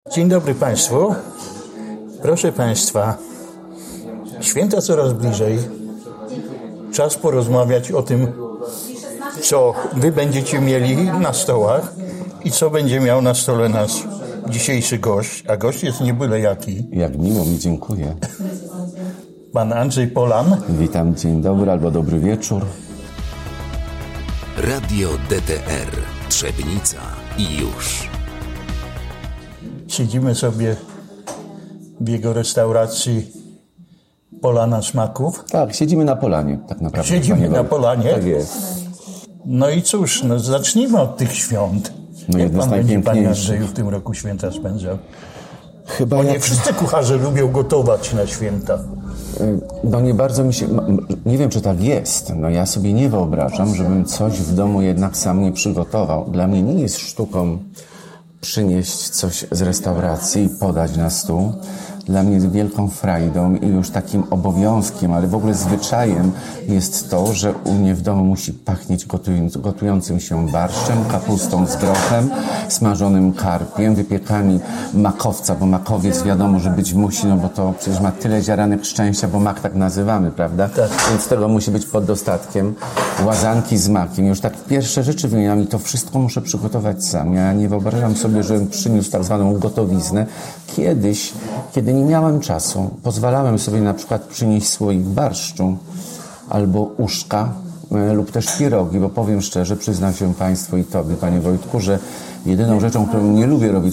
Dzień dobry Państwu. Proszę Państwa, święta coraz bliżej. Czas porozmawiać o tym, co Wy będziecie mieli na stołach i co będzie miał na stole nasz dzisiejszy gość. A gość jest nie byle jaki. Jak miło mi, dziękuję. Pan Andrzej Polan. Witam, dzień dobry albo dobry wieczór. Radio DTR Trzebnica i już. Siedzimy sobie w jego restauracji Polana Smaków. Tak, siedzimy na polanie, tak naprawdę. Siedzimy na polanie. Tak jest. No i cóż, zacznijmy od tych świąt. No Jak jedno z pan będzie, panie najpiękniejszych. Andrzeju, w tym roku święta spędzał? Chyba Bo nie jak... wszyscy kucharze lubią gotować na święta. No nie bardzo mi się... Nie wiem, czy tak jest. No ja sobie nie wyobrażam, żebym coś w domu jednak sam nie przygotował. Dla mnie nie jest sztuką przynieść coś z restauracji i podać na stół. Dla mnie wielką frajdą i już takim obowiązkiem, ale w ogóle zwyczajem jest to, że u mnie w domu musi pachnieć gotującym się barszczem, kapustą z grochem, smażonym karpiem, wypiekami makowca, bo makowiec wiadomo, że być musi, no bo to przecież ma tyle ziaranek szczęścia, bo mak tak nazywamy, prawda? Tak. Więc tego musi być pod dostatkiem. Łazanki z makiem. Już tak pierwsze rzeczy wymieniam i to wszystko muszę przygotować sam. Ja nie wyobrażam sobie, żebym przyniósł tak zwaną gotowiznę. Kiedyś, kiedy nie miałem czasu, pozwalałem sobie na przykład przynieść słoik barszczu albo uszka lub też pierogi, bo powiem szczerze, przyznam się Państwu i Tobie, Panie Wojtku, że jedyną rzeczą, którą nie lubię robić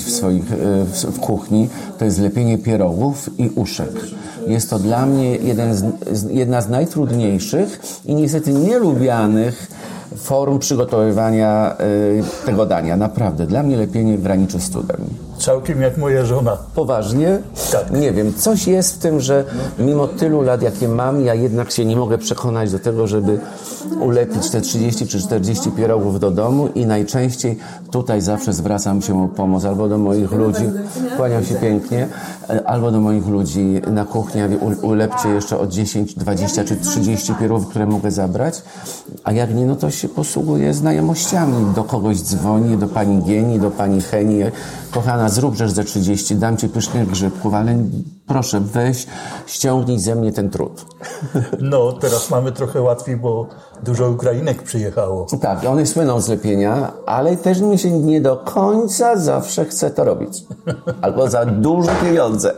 w kuchni, to jest lepienie pierogów i uszek. Jest to dla mnie jedna z najtrudniejszych i niestety nielubianych form przygotowywania tego dania. Naprawdę, dla mnie lepienie graniczy z cudem. Całkiem jak moja żona. Poważnie? Tak. Nie wiem, coś jest w tym, że mimo tylu lat, jakie mam, ja jednak się nie mogę przekonać do tego, żeby ulepić te 30 czy 40 pierogów do domu i najczęściej tutaj zawsze zwracam się o pomoc albo do moich ludzi, kłaniam się pięknie, albo do moich ludzi na kuchni, ulepcie jeszcze o 10, 20 czy 30 pierogów, które mogę zabrać, a jak nie, no to się posługuję znajomościami. Do kogoś dzwonię, do pani Gieni, do pani Heni, kochana, zrób rzecz za 30, dam ci pysznych grzybków, ale proszę, weź, ściągnij ze mnie ten trud. No, teraz mamy trochę łatwiej, bo dużo Ukrainek przyjechało. Tak, one słyną z lepienia, ale też mi się nie do końca zawsze chce to robić. Albo za duże pieniądze.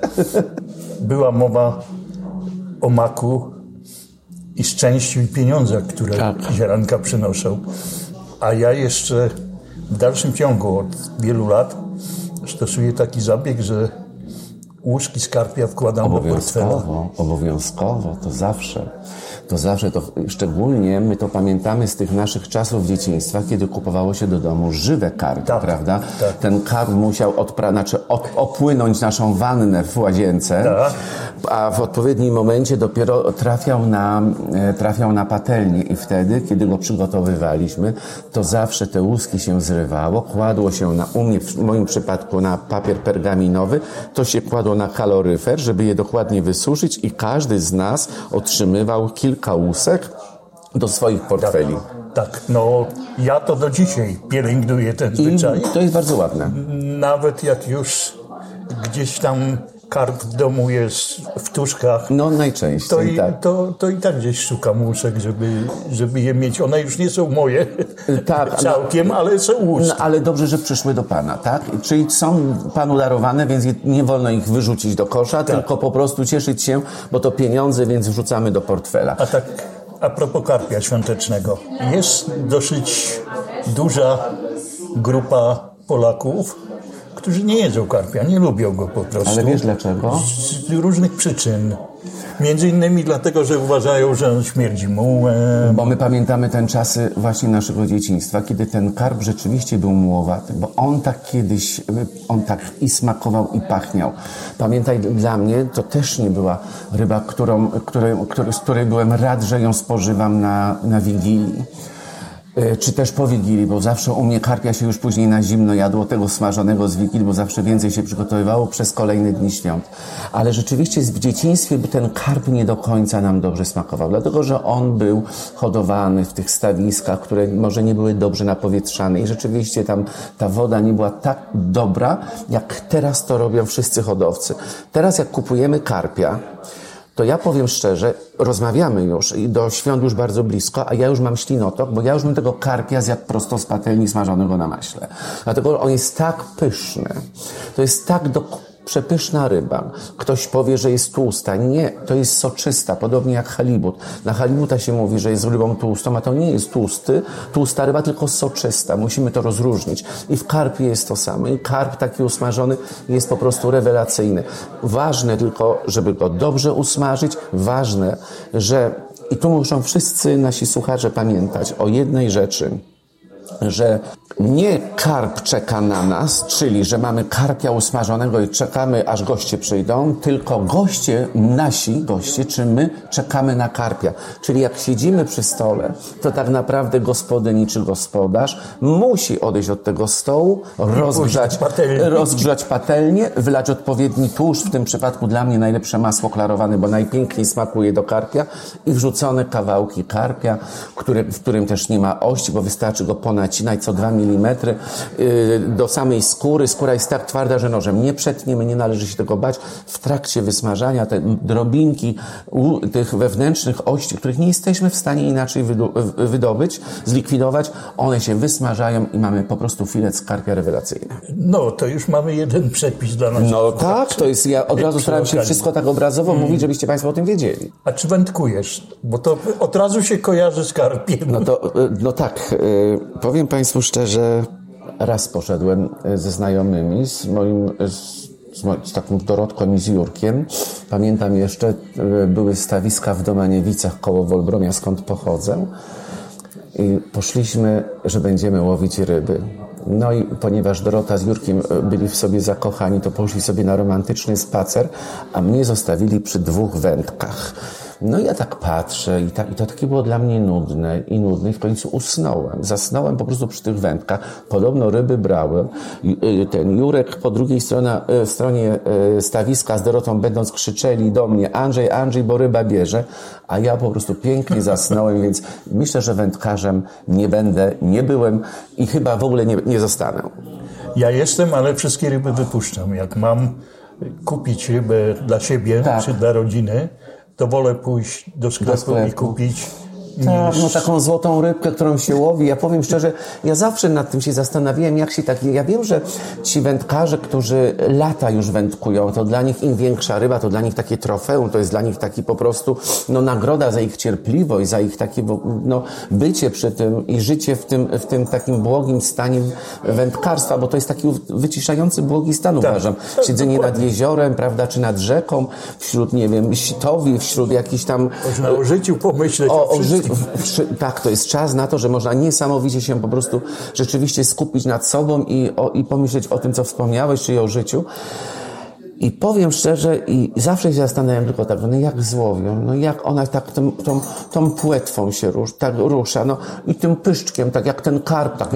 Była mowa o maku i szczęściu i pieniądzach, które ziaranka przynoszą. A ja jeszcze w dalszym ciągu od wielu lat stosuję taki zabieg, że łuszki z karpia wkładam do portfela. Obowiązkowo, to zawsze, to szczególnie my to pamiętamy z tych naszych czasów dzieciństwa, kiedy kupowało się do domu żywe karpie, tak, prawda? Tak. Ten karp musiał opłynąć naszą wannę w łazience, tak. A w odpowiednim momencie dopiero trafiał na patelnię i wtedy, kiedy go przygotowywaliśmy, to zawsze te łuski się zrywało, kładło się w moim przypadku na papier pergaminowy, to się kładło na kaloryfer, żeby je dokładnie wysuszyć i każdy z nas otrzymywał kilka łusek do swoich portfeli. Tak, no ja to do dzisiaj pielęgnuję ten zwyczaj. I to jest bardzo ładne. Nawet jak już gdzieś tam karp w domu jest w tuszkach, no najczęściej, to i tak gdzieś szukam łuszek, żeby je mieć. One już nie są moje całkiem, ale są łuszki. No, ale dobrze, że przyszły do Pana, tak? Czyli są Panu darowane, więc nie wolno ich wyrzucić do kosza, tylko po prostu cieszyć się, bo to pieniądze, więc wrzucamy do portfela. A tak, a propos karpia świątecznego. Jest dosyć duża grupa Polaków, którzy nie jedzą karpia, nie lubią go po prostu. Ale wiesz dlaczego? Z różnych przyczyn. Między innymi dlatego, że uważają, że on śmierdzi mułem. Bo my pamiętamy ten czasy właśnie naszego dzieciństwa, kiedy ten karp rzeczywiście był mułowaty, bo on tak kiedyś, i smakował i pachniał. Pamiętaj, dla mnie to też nie była ryba, z której byłem rad, że ją spożywam na Wigilii. czy też po Wigilii, bo zawsze u mnie karpia się już później na zimno jadło, tego smażonego z Wigilii, bo zawsze więcej się przygotowywało przez kolejne dni świąt. Ale rzeczywiście w dzieciństwie ten karp nie do końca nam dobrze smakował, dlatego że on był hodowany w tych stawiskach, które może nie były dobrze napowietrzane i rzeczywiście tam ta woda nie była tak dobra, jak teraz to robią wszyscy hodowcy. Teraz jak kupujemy karpia, to ja powiem szczerze, rozmawiamy już i do świąt już bardzo blisko, a ja już mam ślinotok, bo ja już bym tego karpia zjadł prosto z patelni smażonego na maśle. Dlatego on jest tak pyszny. To jest tak przepyszna ryba. Ktoś powie, że jest tłusta. Nie, to jest soczysta, podobnie jak halibut. Na halibuta się mówi, że jest rybą tłustą, a to nie jest tłusta ryba, tylko soczysta. Musimy to rozróżnić. I w karpie jest to samo. I karp taki usmażony jest po prostu rewelacyjny. Ważne tylko, żeby go dobrze usmażyć. Ważne, że i tu muszą wszyscy nasi słuchacze pamiętać o jednej rzeczy, że nie karp czeka na nas, czyli że mamy karpia usmażonego i czekamy, aż goście przyjdą, tylko nasi goście, czy my czekamy na karpia. Czyli jak siedzimy przy stole, to tak naprawdę gospodyni czy gospodarz musi odejść od tego stołu, rozgrzać patelnię, wylać odpowiedni tłuszcz, w tym przypadku dla mnie najlepsze masło klarowane, bo najpiękniej smakuje do karpia i wrzucone kawałki karpia, w którym też nie ma ości, bo wystarczy go ponacinać co 2 mm do samej skóry. Skóra jest tak twarda, że nożem nie przetniemy, nie należy się tego bać. W trakcie wysmażania te drobinki tych wewnętrznych ości, których nie jesteśmy w stanie inaczej wydobyć, zlikwidować, one się wysmażają i mamy po prostu filet z karpia rewelacyjny. No, to już mamy jeden przepis dla nas. No tak, to jest, ja od razu staram się wszystko tak obrazowo mówić, żebyście Państwo o tym wiedzieli. A czy wędkujesz? Bo to od razu się kojarzy z karpiem. No tak, powiem Państwu szczerze, raz poszedłem ze znajomymi, z taką Dorotką i z Jurkiem. Pamiętam jeszcze, były stawiska w Domaniewicach koło Wolbromia, skąd pochodzę. I poszliśmy, że będziemy łowić ryby. No i ponieważ Dorota z Jurkiem byli w sobie zakochani, to poszli sobie na romantyczny spacer, a mnie zostawili przy 2 wędkach. No i ja tak patrzę i to takie było dla mnie nudne i w końcu usnąłem. Zasnąłem po prostu przy tych wędkach. Podobno ryby brałem. Ten Jurek po drugiej stronie stawiska z Dorotą będąc krzyczeli do mnie: Andrzej, bo ryba bierze. A ja po prostu pięknie zasnąłem, więc myślę, że wędkarzem nie będę, nie byłem i chyba w ogóle nie zostanę. Ja jestem, ale wszystkie ryby wypuszczam. Jak mam kupić rybę dla siebie czy dla rodziny, to wolę pójść do sklepu i kupić. Tak, no taką złotą rybkę, którą się łowi. Ja powiem szczerze, ja zawsze nad tym się zastanawiałem, jak się tak... Ja wiem, że ci wędkarze, którzy lata już wędkują, to dla nich im większa ryba, to dla nich takie trofeum, to jest dla nich taki po prostu nagroda za ich cierpliwość, za ich takie bycie przy tym i życie w tym takim błogim stanie wędkarstwa, bo to jest taki wyciszający błogi stan, uważam. Siedzenie nad jeziorem, prawda, czy nad rzeką, wśród, nie wiem, sitowi, wśród jakichś tam... Można o życiu pomyśleć, Tak, to jest czas na to, że można niesamowicie się po prostu rzeczywiście skupić nad sobą i pomyśleć o tym, co wspomniałeś, czyli o życiu. I powiem szczerze, i zawsze się zastanawiam tylko tak, jak złowią, jak ona tak tą płetwą się rusza, i tym pyszczkiem, tak jak ten karp, tak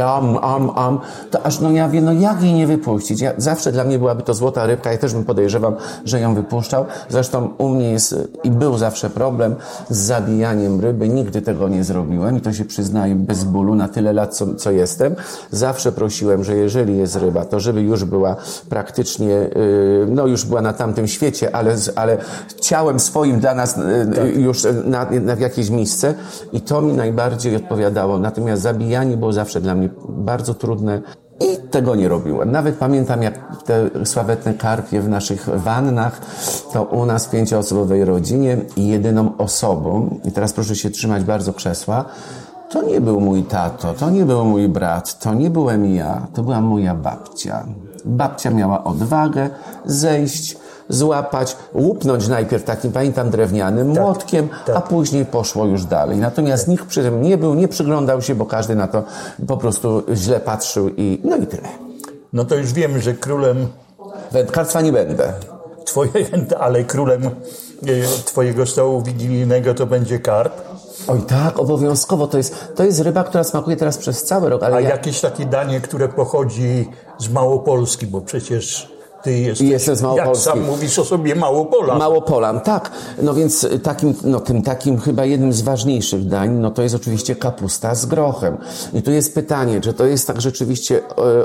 to aż ja wiem, jak jej nie wypuścić. Zawsze dla mnie byłaby to złota rybka, ja też bym podejrzewał, że ją wypuszczał. Zresztą u mnie jest i był zawsze problem z zabijaniem ryby, nigdy tego nie zrobiłem i to się przyznaję bez bólu na tyle lat, co jestem. Zawsze prosiłem, że jeżeli jest ryba, to żeby już była praktycznie, już była na tamtym świecie, ale ciałem swoim dla nas już na jakieś miejsce i to mi najbardziej odpowiadało. Natomiast zabijanie było zawsze dla mnie bardzo trudne i tego nie robiłem. Nawet pamiętam, jak te sławetne karpie w naszych wannach, to u nas w 5-osobowej rodzinie i jedyną osobą, i teraz proszę się trzymać bardzo krzesła, to nie był mój tato, to nie był mój brat, to nie byłem ja, to była moja babcia. Babcia miała odwagę zejść, złapać, łupnąć najpierw takim, pamiętam, drewnianym młotkiem, a później poszło już dalej. Natomiast nikt przy tym nie był, nie przyglądał się, bo każdy na to po prostu źle patrzył i tyle. No to już wiemy, że królem... Wędkarstwa nie będę. Ale królem twojego stołu wigilijnego to będzie karp. Oj tak, obowiązkowo. To jest ryba, która smakuje teraz przez cały rok. Ale jakieś takie danie, które pochodzi z Małopolski, bo przecież ty jestem z Małopolski. Jak sam mówisz o sobie, Małopolan. Małopolan, tak. No więc takim chyba jednym z ważniejszych dań, to jest oczywiście kapusta z grochem. I tu jest pytanie, czy to jest tak rzeczywiście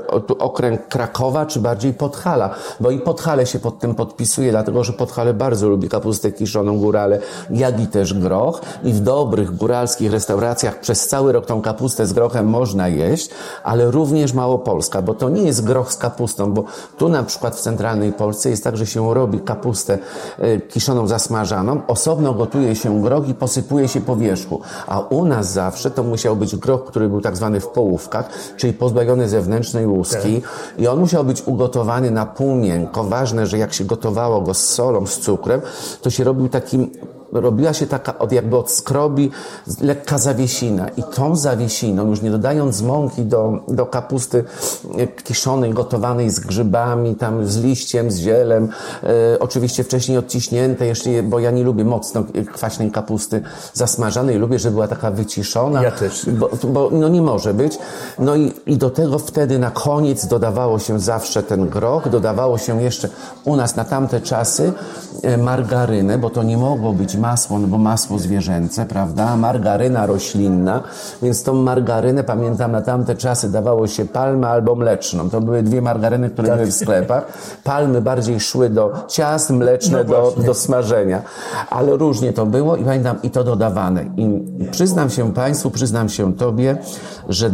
okręg Krakowa, czy bardziej Podhala? Bo i Podhale się pod tym podpisuje, dlatego że Podhale bardzo lubi kapustę kiszoną, górale, jak i też groch. I w dobrych góralskich restauracjach przez cały rok tą kapustę z grochem można jeść, ale również Małopolska, bo to nie jest groch z kapustą, bo tu na przykład w centralnej Polsce jest tak, że się robi kapustę kiszoną, zasmażaną, osobno gotuje się groch i posypuje się po wierzchu. A u nas zawsze to musiał być groch, który był tak zwany w połówkach, czyli pozbawiony zewnętrznej łuski i on musiał być ugotowany na pół miękko. Ważne, że jak się gotowało go z solą, z cukrem, to się robiła się taka od skrobi lekka zawiesina i tą zawiesiną, już nie dodając mąki do kapusty kiszonej, gotowanej z grzybami, tam z liściem, z zielem, oczywiście wcześniej odciśnięte jeszcze, bo ja nie lubię mocno kwaśnej kapusty zasmażanej, lubię, żeby była taka wyciszona. Ja też. Bo nie może być. No i do tego wtedy na koniec dodawało się zawsze ten groch, dodawało się jeszcze u nas na tamte czasy margarynę, bo to nie mogło być masło, bo masło zwierzęce, prawda? Margaryna roślinna, więc tą margarynę, pamiętam, na tamte czasy dawało się palmę albo mleczną. To były dwie margaryny, które były w sklepach. Palmy bardziej szły do ciast, mleczne do smażenia. Ale różnie to było i pamiętam, i to dodawane. I przyznam się Państwu, przyznam się Tobie, że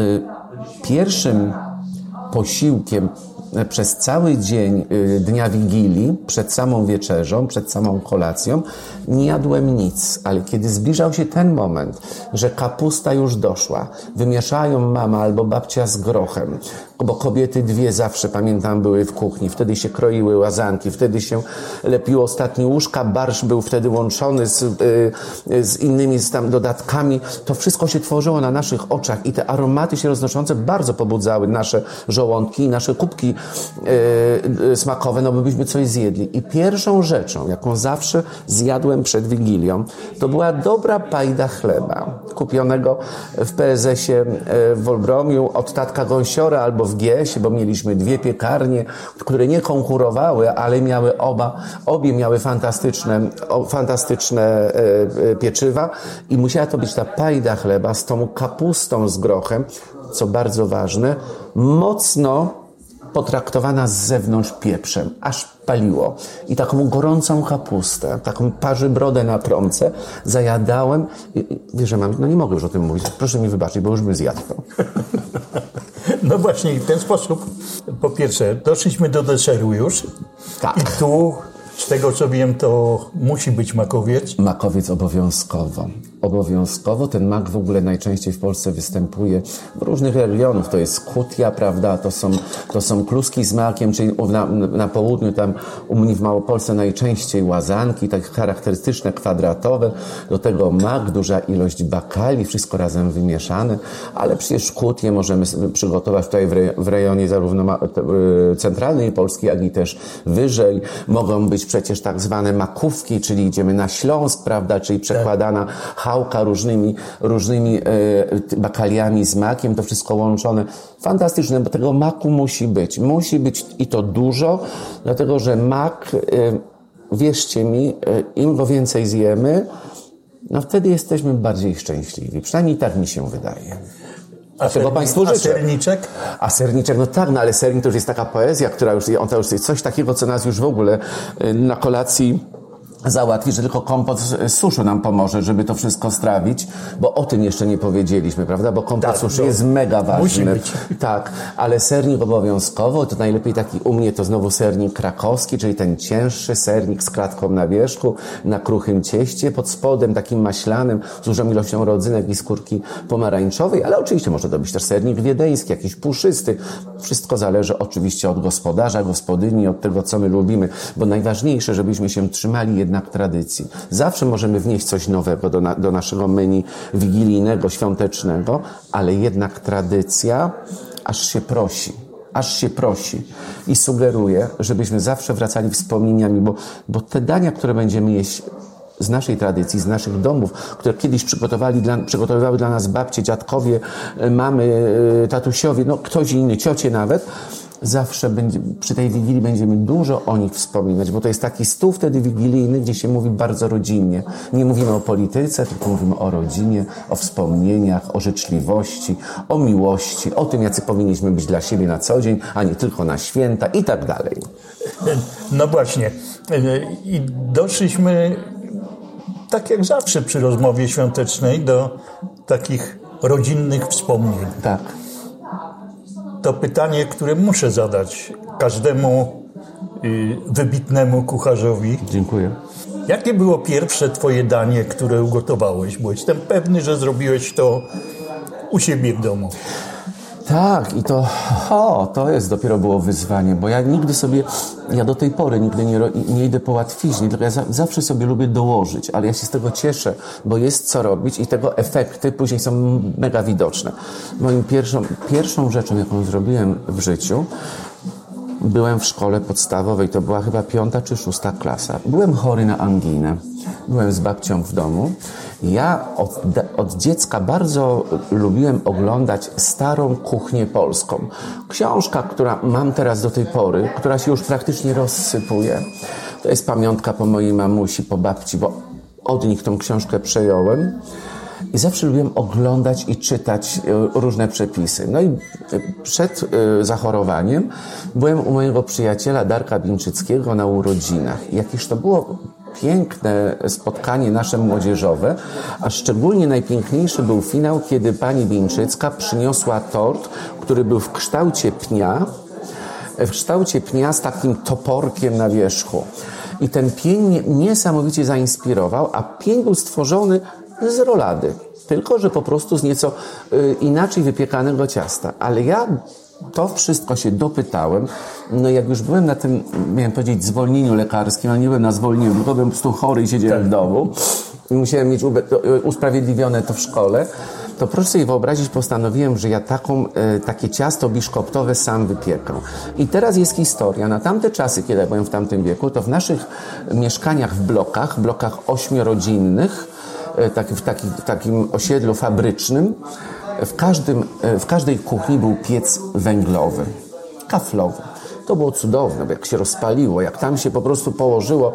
pierwszym posiłkiem przez cały dzień dnia Wigilii, przed samą wieczerzą, przed samą kolacją, nie jadłem nic, ale kiedy zbliżał się ten moment, że kapusta już doszła, wymieszają mama albo babcia z grochem, bo kobiety dwie zawsze, pamiętam, były w kuchni, wtedy się kroiły łazanki, wtedy się lepiło ostatnie łóżka, barszcz był wtedy łączony z innymi tam dodatkami, to wszystko się tworzyło na naszych oczach i te aromaty się roznoszące bardzo pobudzały nasze żołądki i nasze kubki smakowe, bo byśmy coś zjedli. I pierwszą rzeczą, jaką zawsze zjadłem przed Wigilią, to była dobra pajda chleba, kupionego w PSS-ie w Wolbromiu od tatka Gąsiora albo w Gieś, bo mieliśmy dwie piekarnie, które nie konkurowały, ale miały obie miały fantastyczne pieczywa i musiała to być ta pajda chleba z tą kapustą z grochem, co bardzo ważne, mocno potraktowana z zewnątrz pieprzem, aż paliło. I taką gorącą kapustę, taką parzybrodę na promce zajadałem. Wiesz, że nie mogę już o tym mówić. Proszę mi wybaczyć, bo już bym zjadł to. No właśnie, i w ten sposób, po pierwsze, doszliśmy do deseru już. Tak. I tu, z tego co wiem, to musi być makowiec. Makowiec obowiązkowo. Ten mak w ogóle najczęściej w Polsce występuje w różnych regionach. To jest kutia, prawda? To są kluski z makiem, czyli na południu, tam u mnie w Małopolsce najczęściej łazanki, takie charakterystyczne, kwadratowe. Do tego mak, duża ilość bakali, wszystko razem wymieszane. Ale przecież kutię możemy przygotować tutaj w rejonie zarówno centralnej Polski, jak i też wyżej. Mogą być przecież tak zwane makówki, czyli idziemy na Śląsk, prawda? Czyli przekładana chałka różnymi bakaliami z makiem, to wszystko łączone. Fantastyczne, bo tego maku musi być. Musi być i to dużo, dlatego że mak, wierzcie mi, im go więcej zjemy, wtedy jesteśmy bardziej szczęśliwi. Przynajmniej tak mi się wydaje. A serniczek? A serniczek, ale sernik to już jest taka poezja, która już jest coś takiego, co nas już w ogóle na kolacji załatwi, że tylko kompot z suszu nam pomoże, żeby to wszystko strawić, bo o tym jeszcze nie powiedzieliśmy, prawda? Bo kompot z suszu jest mega ważny. Musi być. Tak, ale sernik obowiązkowo, to najlepiej taki u mnie to znowu sernik krakowski, czyli ten cięższy sernik z kratką na wierzchu, na kruchym cieście, pod spodem takim maślanym, z dużą ilością rodzynek i skórki pomarańczowej, ale oczywiście może to być też sernik wiedeński, jakiś puszysty. Wszystko zależy oczywiście od gospodarza, gospodyni, od tego, co my lubimy, bo najważniejsze, żebyśmy się trzymali jednak tradycji. Zawsze możemy wnieść coś nowego do naszego menu wigilijnego, świątecznego, ale jednak tradycja aż się prosi i sugeruje, żebyśmy zawsze wracali wspomnieniami, bo te dania, które będziemy jeść z naszej tradycji, z naszych domów, które kiedyś przygotowywały dla nas babcie, dziadkowie, mamy, tatusiowie, no ktoś inny, ciocie nawet, zawsze przy tej Wigilii będziemy dużo o nich wspominać, bo to jest taki stół wtedy wigilijny, gdzie się mówi bardzo rodzinnie. Nie mówimy o polityce, tylko mówimy o rodzinie, o wspomnieniach, o życzliwości, o miłości, o tym, jacy powinniśmy być dla siebie na co dzień, a nie tylko na święta i tak dalej. No właśnie. I doszliśmy, tak jak zawsze przy rozmowie świątecznej, do takich rodzinnych wspomnień. Tak. To pytanie, które muszę zadać każdemu wybitnemu kucharzowi. Dziękuję. Jakie było pierwsze twoje danie, które ugotowałeś? Bo jestem pewny, że zrobiłeś to u siebie w domu. Tak, i to jest dopiero było wyzwanie, bo ja do tej pory nigdy nie idę po łatwiźnie, tylko ja zawsze sobie lubię dołożyć, ale ja się z tego cieszę, bo jest co robić i tego efekty później są mega widoczne. Moją pierwszą rzeczą, jaką zrobiłem w życiu, byłem w szkole podstawowej, to była chyba 5. czy 6. klasa. Byłem chory na anginę. Byłem z babcią w domu. Ja od dziecka bardzo lubiłem oglądać starą kuchnię polską. Książka, która mam teraz do tej pory, która się już praktycznie rozsypuje, to jest pamiątka po mojej mamusi, po babci, bo od nich tą książkę przejąłem. I zawsze lubiłem oglądać i czytać różne przepisy. No i przed zachorowaniem byłem u mojego przyjaciela Darka Bińczyckiego na urodzinach. I jakież to było piękne spotkanie nasze młodzieżowe, a szczególnie najpiękniejszy był finał, kiedy pani Bińczycka przyniosła tort, który był w kształcie pnia z takim toporkiem na wierzchu. I ten pień mnie niesamowicie zainspirował, a pień był stworzony z rolady, tylko że po prostu z nieco inaczej wypiekanego ciasta. Ale ja to wszystko się dopytałem. No jak już byłem na tym, miałem powiedzieć, zwolnieniu lekarskim, ale nie byłem na zwolnieniu, tylko byłem po prostu chory i siedziałem w domu i musiałem mieć usprawiedliwione to w szkole, to proszę sobie wyobrazić, postanowiłem, że ja takie ciasto biszkoptowe sam wypiekam. I teraz jest historia. Na tamte czasy, kiedy ja byłem w tamtym wieku, to w naszych mieszkaniach w blokach 8-rodzinnych, w takim osiedlu fabrycznym, w każdej kuchni był piec węglowy, kaflowy. To było cudowne, bo jak się rozpaliło, jak tam się po prostu położyło,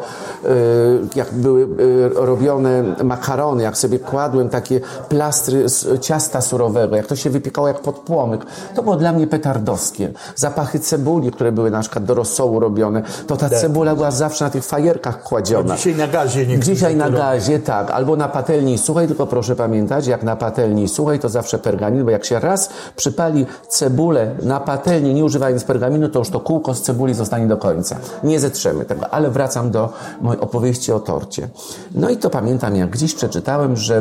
jak były robione makarony, jak sobie kładłem takie plastry z ciasta surowego, jak to się wypiekało jak podpłomyk, to było dla mnie petardowskie. Zapachy cebuli, które były na przykład do rosołu robione, to ta cebula była zawsze na tych fajerkach kładziona. No dzisiaj na gazie. Dzisiaj na gazie, tak. Albo na patelni suchej, tylko proszę pamiętać, jak na patelni suchej, to zawsze pergamin, bo jak się raz przypali cebulę na patelni, nie używając pergaminu, to już to kółko z cebuli zostanie do końca. Nie zetrzemy tego, ale wracam do mojej opowieści o torcie. No i to pamiętam, jak gdzieś przeczytałem, że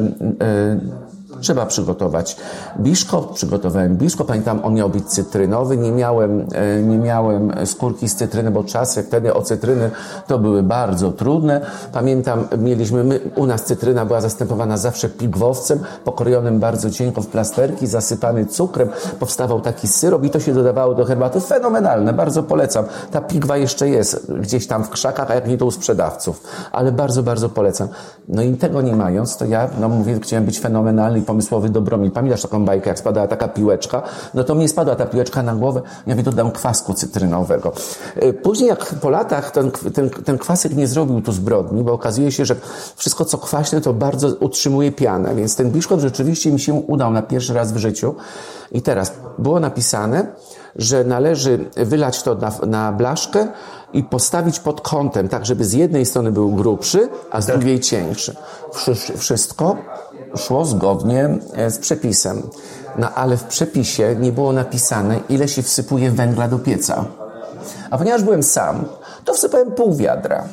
trzeba przygotować biszkop. Przygotowałem biszkop. Pamiętam, on miał być cytrynowy. Nie miałem skórki z cytryny, bo czasy wtedy o cytryny to były bardzo trudne. Pamiętam, u nas cytryna była zastępowana zawsze pigwowcem, pokrojonym bardzo cienko w plasterki, zasypany cukrem. Powstawał taki syrop i to się dodawało do herbaty. Fenomenalne, bardzo polecam. Ta pigwa jeszcze jest gdzieś tam w krzakach, a jak nie to u sprzedawców. Ale bardzo, bardzo polecam. No i tego nie mając, to ja, mówię, chciałem być fenomenalny i pomysłowy Dobromir. Pamiętasz taką bajkę, jak spadała taka piłeczka? No to mnie spadła ta piłeczka na głowę, ja mówię, dodam kwasku cytrynowego. Później jak po latach ten kwasek nie zrobił tu zbrodni, bo okazuje się, że wszystko co kwaśne to bardzo utrzymuje pianę, więc ten biszkopt rzeczywiście mi się udał na pierwszy raz w życiu. I teraz było napisane, że należy wylać to na blaszkę i postawić pod kątem, tak żeby z jednej strony był grubszy, a z drugiej cieńszy. Wszystko szło zgodnie z przepisem. No ale w przepisie nie było napisane, ile się wsypuje węgla do pieca. A ponieważ byłem sam, to wsypałem pół wiadra.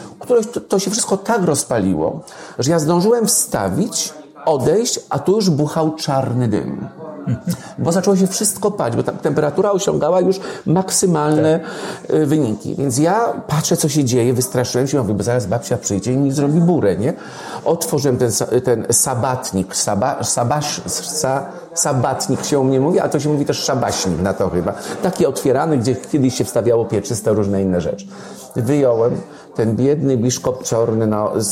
To się wszystko tak rozpaliło, że ja zdążyłem wstawić, odejść, a tu już buchał czarny dym. Bo zaczęło się wszystko palić, bo ta temperatura osiągała już maksymalne wyniki. Więc ja patrzę, co się dzieje, wystraszyłem się, mówię, bo zaraz babcia przyjdzie i mi zrobi burę, nie? Otworzyłem ten sabatnik, sabatnik się u mnie mówi, a to się mówi też szabaśnik na to chyba. Taki otwierany, gdzie kiedyś się wstawiało pieczyste, różne inne rzeczy. Wyjąłem ten biedny biszkop czarny,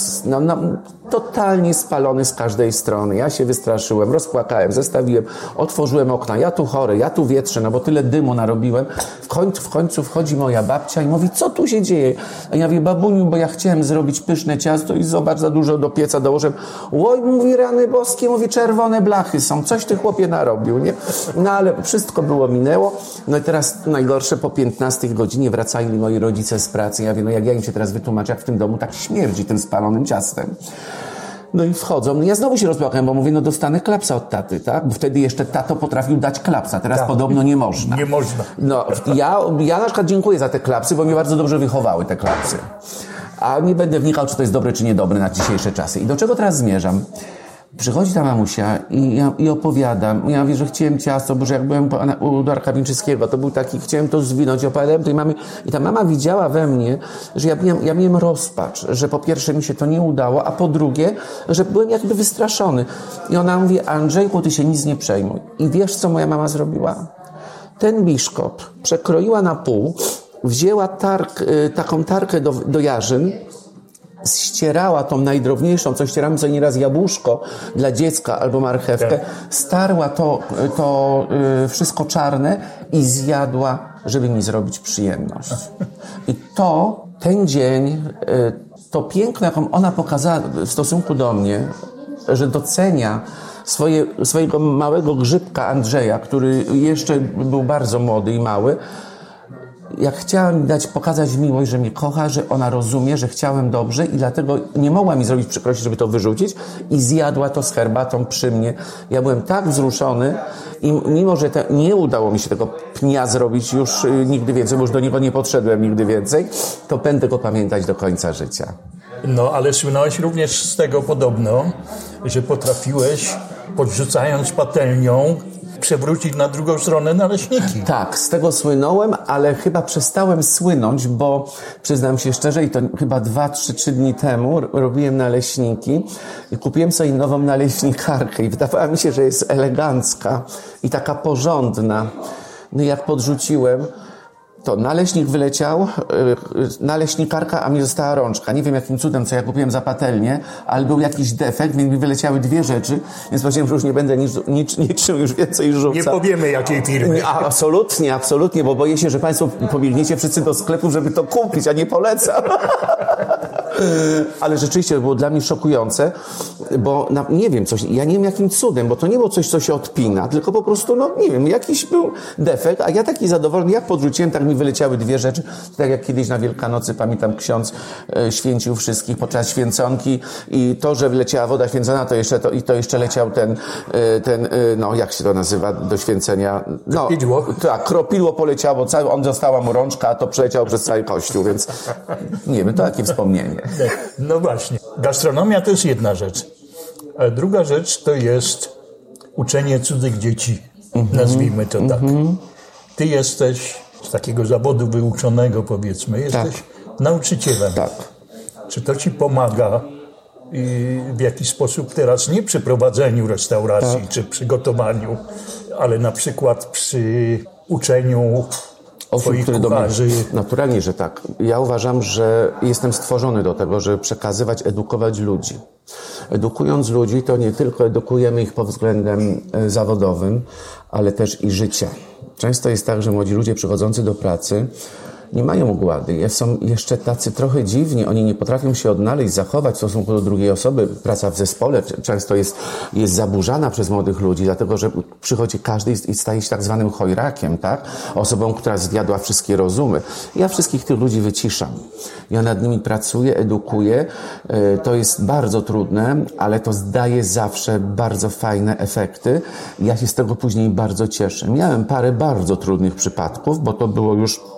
totalnie spalony z każdej strony. Ja się wystraszyłem, rozpłakałem, zestawiłem, otworzyłem okna. Ja tu chory, ja tu wietrzę, no bo tyle dymu narobiłem. W końcu wchodzi moja babcia i mówi, co tu się dzieje? A ja mówię, babuniu, bo ja chciałem zrobić pyszne ciasto i zobacz, za dużo do pieca dołożyłem. Oj, mówi, rany boskie, mówi, czerwone blachy są. Coś ty, chłopie, narobił, nie? No ale wszystko było, minęło. No i teraz najgorsze, po 15 godzinie wracali moi rodzice z pracy. Ja mówię, no jak ja im się teraz wytłumaczę, jak w tym domu tak śmierdzi tym spalonym ciastem. No i wchodzą. No ja znowu się rozpłakałem, bo mówię, no dostanę klapsa od taty, tak? Bo wtedy jeszcze tato potrafił dać klapsa. Teraz podobno nie można. Nie można. No, ja na przykład dziękuję za te klapsy, bo mnie bardzo dobrze wychowały te klapsy. A nie będę wnikał, czy to jest dobre, czy niedobre na dzisiejsze czasy. I do czego teraz zmierzam? Przychodzi ta mamusia i opowiadam. Ja mówię, że chciałem ciasto, bo że jak byłem u Darka Winczyckiego, to był taki, chciałem to zwinąć, opowiadałem tej mamie. I ta mama widziała we mnie, że ja miałem rozpacz, że po pierwsze mi się to nie udało, a po drugie, że byłem jakby wystraszony. I ona mówi, Andrzejku, ty się nic nie przejmuj. I wiesz, co moja mama zrobiła? Ten biszkop przekroiła na pół, wzięła taką tarkę do jarzyn, ścierała tą najdrobniejszą, co ścieramy sobie nieraz jabłuszko dla dziecka albo marchewkę, starła to wszystko czarne i zjadła, żeby mi zrobić przyjemność. I ten dzień, to piękno, jaką ona pokazała w stosunku do mnie, że docenia swojego małego grzybka Andrzeja, który jeszcze był bardzo młody i mały, jak chciałem pokazać miłość, że mnie kocha, że ona rozumie, że chciałem dobrze i dlatego nie mogła mi zrobić przykrości, żeby to wyrzucić i zjadła to z herbatą przy mnie. Ja byłem tak wzruszony i mimo, że nie udało mi się tego pnia zrobić już nigdy więcej, bo już do niego nie podszedłem nigdy więcej, to będę go pamiętać do końca życia. No, ale słynąłeś również z tego podobno, że potrafiłeś, podrzucając patelnią, przewrócić na drugą stronę naleśniki. Tak, z tego słynąłem, ale chyba przestałem słynąć, bo przyznam się szczerze, i to chyba 2-3 dni temu robiłem naleśniki i kupiłem sobie nową naleśnikarkę i wydawała mi się, że jest elegancka i taka porządna. No i jak podrzuciłem, to naleśnik wyleciał, naleśnikarka, a mi została rączka. Nie wiem jakim cudem, co ja kupiłem za patelnię, ale był jakiś defekt, więc mi wyleciały 2 rzeczy, więc powiedziałem, że już nie będę niczym już więcej rzucał. Nie powiemy jakiej firmy. Absolutnie, bo boję się, że państwo pobiegniecie wszyscy do sklepu, żeby to kupić, a nie polecam. Ale rzeczywiście to było dla mnie szokujące, bo nie wiem, ja nie wiem jakim cudem, bo to nie było coś, co się odpina, tylko po prostu, nie wiem, jakiś był defekt, a ja taki zadowolony, jak podrzuciłem, tak mi wyleciały 2 rzeczy, tak jak kiedyś na Wielkanocy, pamiętam, ksiądz święcił wszystkich podczas święconki i to, że wleciała woda święcona, to jeszcze leciał ten, jak się to nazywa, do święcenia? Kropidło. Tak, kropidło poleciało, została mu rączka, a to przeleciało przez cały kościół, więc nie wiem, to takie wspomnienie. No właśnie. Gastronomia to jest jedna rzecz. A druga rzecz to jest uczenie cudzych dzieci. Nazwijmy to tak. Ty jesteś z takiego zawodu wyuczonego, powiedzmy, jesteś nauczycielem. Tak. Czy to ci pomaga w jakiś sposób teraz, nie przy prowadzeniu restauracji czy przygotowaniu, ale na przykład przy uczeniu osób, które do mnie... Naturalnie, że tak. Ja uważam, że jestem stworzony do tego, żeby przekazywać, edukować ludzi. Edukując ludzi, to nie tylko edukujemy ich pod względem zawodowym, ale też i życia. Często jest tak, że młodzi ludzie przychodzący do pracy nie mają ugłady. Są jeszcze tacy trochę dziwni. Oni nie potrafią się odnaleźć, zachować w stosunku do drugiej osoby. Praca w zespole często jest zaburzana przez młodych ludzi, dlatego że przychodzi każdy i staje się tak zwanym chojrakiem, tak? Osobą, która zjadła wszystkie rozumy. Ja wszystkich tych ludzi wyciszam. Ja nad nimi pracuję, edukuję. To jest bardzo trudne, ale to daje zawsze bardzo fajne efekty. Ja się z tego później bardzo cieszę. Miałem parę bardzo trudnych przypadków, bo to było już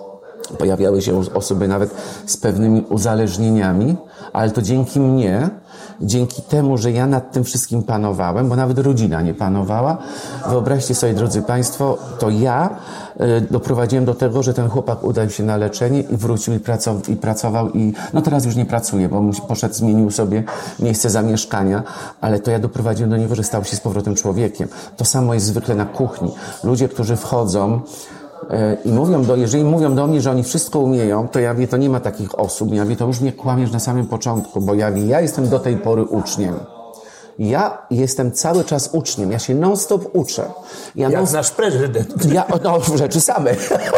Pojawiały się osoby nawet z pewnymi uzależnieniami, ale to dzięki mnie, dzięki temu, że ja nad tym wszystkim panowałem, bo nawet rodzina nie panowała. Wyobraźcie sobie, drodzy Państwo, to ja doprowadziłem do tego, że ten chłopak udał się na leczenie i wrócił i pracował i no teraz już nie pracuje, bo poszedł, zmienił sobie miejsce zamieszkania, ale to ja doprowadziłem do niego, że stał się z powrotem człowiekiem. To samo jest zwykle na kuchni. Ludzie, którzy wchodzą i jeżeli mówią do mnie, że oni wszystko umieją, to ja mówię, to nie ma takich osób. Ja mówię, to już mnie kłamiesz na samym początku, bo ja jestem do tej pory uczniem. Ja jestem cały czas uczniem, ja się non-stop uczę. Jak nasz prezydent. Rzeczy same.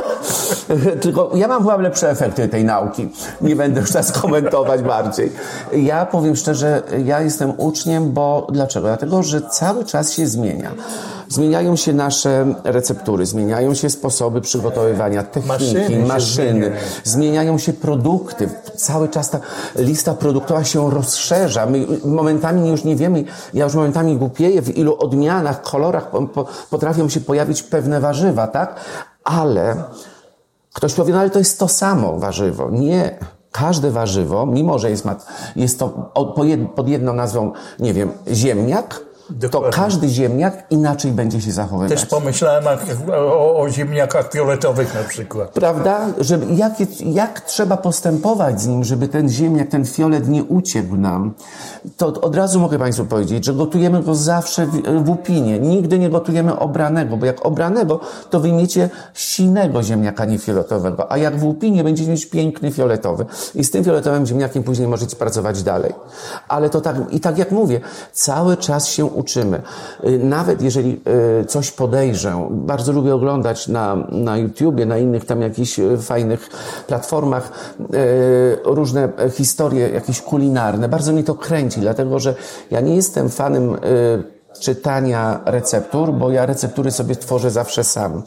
Tylko ja mam chyba lepsze efekty tej nauki. Nie będę już teraz komentować bardziej. Ja powiem szczerze, ja jestem uczniem, bo dlaczego? Dlatego, że cały czas się zmienia. Zmieniają się nasze receptury, zmieniają się sposoby przygotowywania, techniki, maszyny, zmieniają się produkty. Cały czas ta lista produktowa się rozszerza. My momentami już nie wiemy, ja już momentami głupieję, w ilu odmianach, kolorach potrafią się pojawić pewne warzywa, tak? Ale ktoś powie, no ale to jest to samo warzywo. Nie. Każde warzywo, mimo że jest to pod jedną nazwą, nie wiem, ziemniak, dokładnie. To każdy ziemniak inaczej będzie się zachowywać. Też pomyślałem o ziemniakach fioletowych na przykład. Prawda? Jak trzeba postępować z nim, żeby ten ziemniak, ten fiolet nie uciekł nam. To od razu mogę Państwu powiedzieć, że gotujemy go zawsze w łupinie. Nigdy nie gotujemy obranego, bo jak obranego, to wyjmiecie sinego ziemniaka, nie fioletowego. A jak w łupinie będziecie mieć piękny fioletowy. I z tym fioletowym ziemniakiem później możecie pracować dalej. Ale to tak jak mówię, cały czas się uczymy. Nawet jeżeli coś podejrzę, bardzo lubię oglądać na YouTubie, na innych tam jakichś fajnych platformach różne historie jakieś kulinarne. Bardzo mnie to kręci, dlatego że ja nie jestem fanem czytania receptur, bo ja receptury sobie tworzę zawsze sam.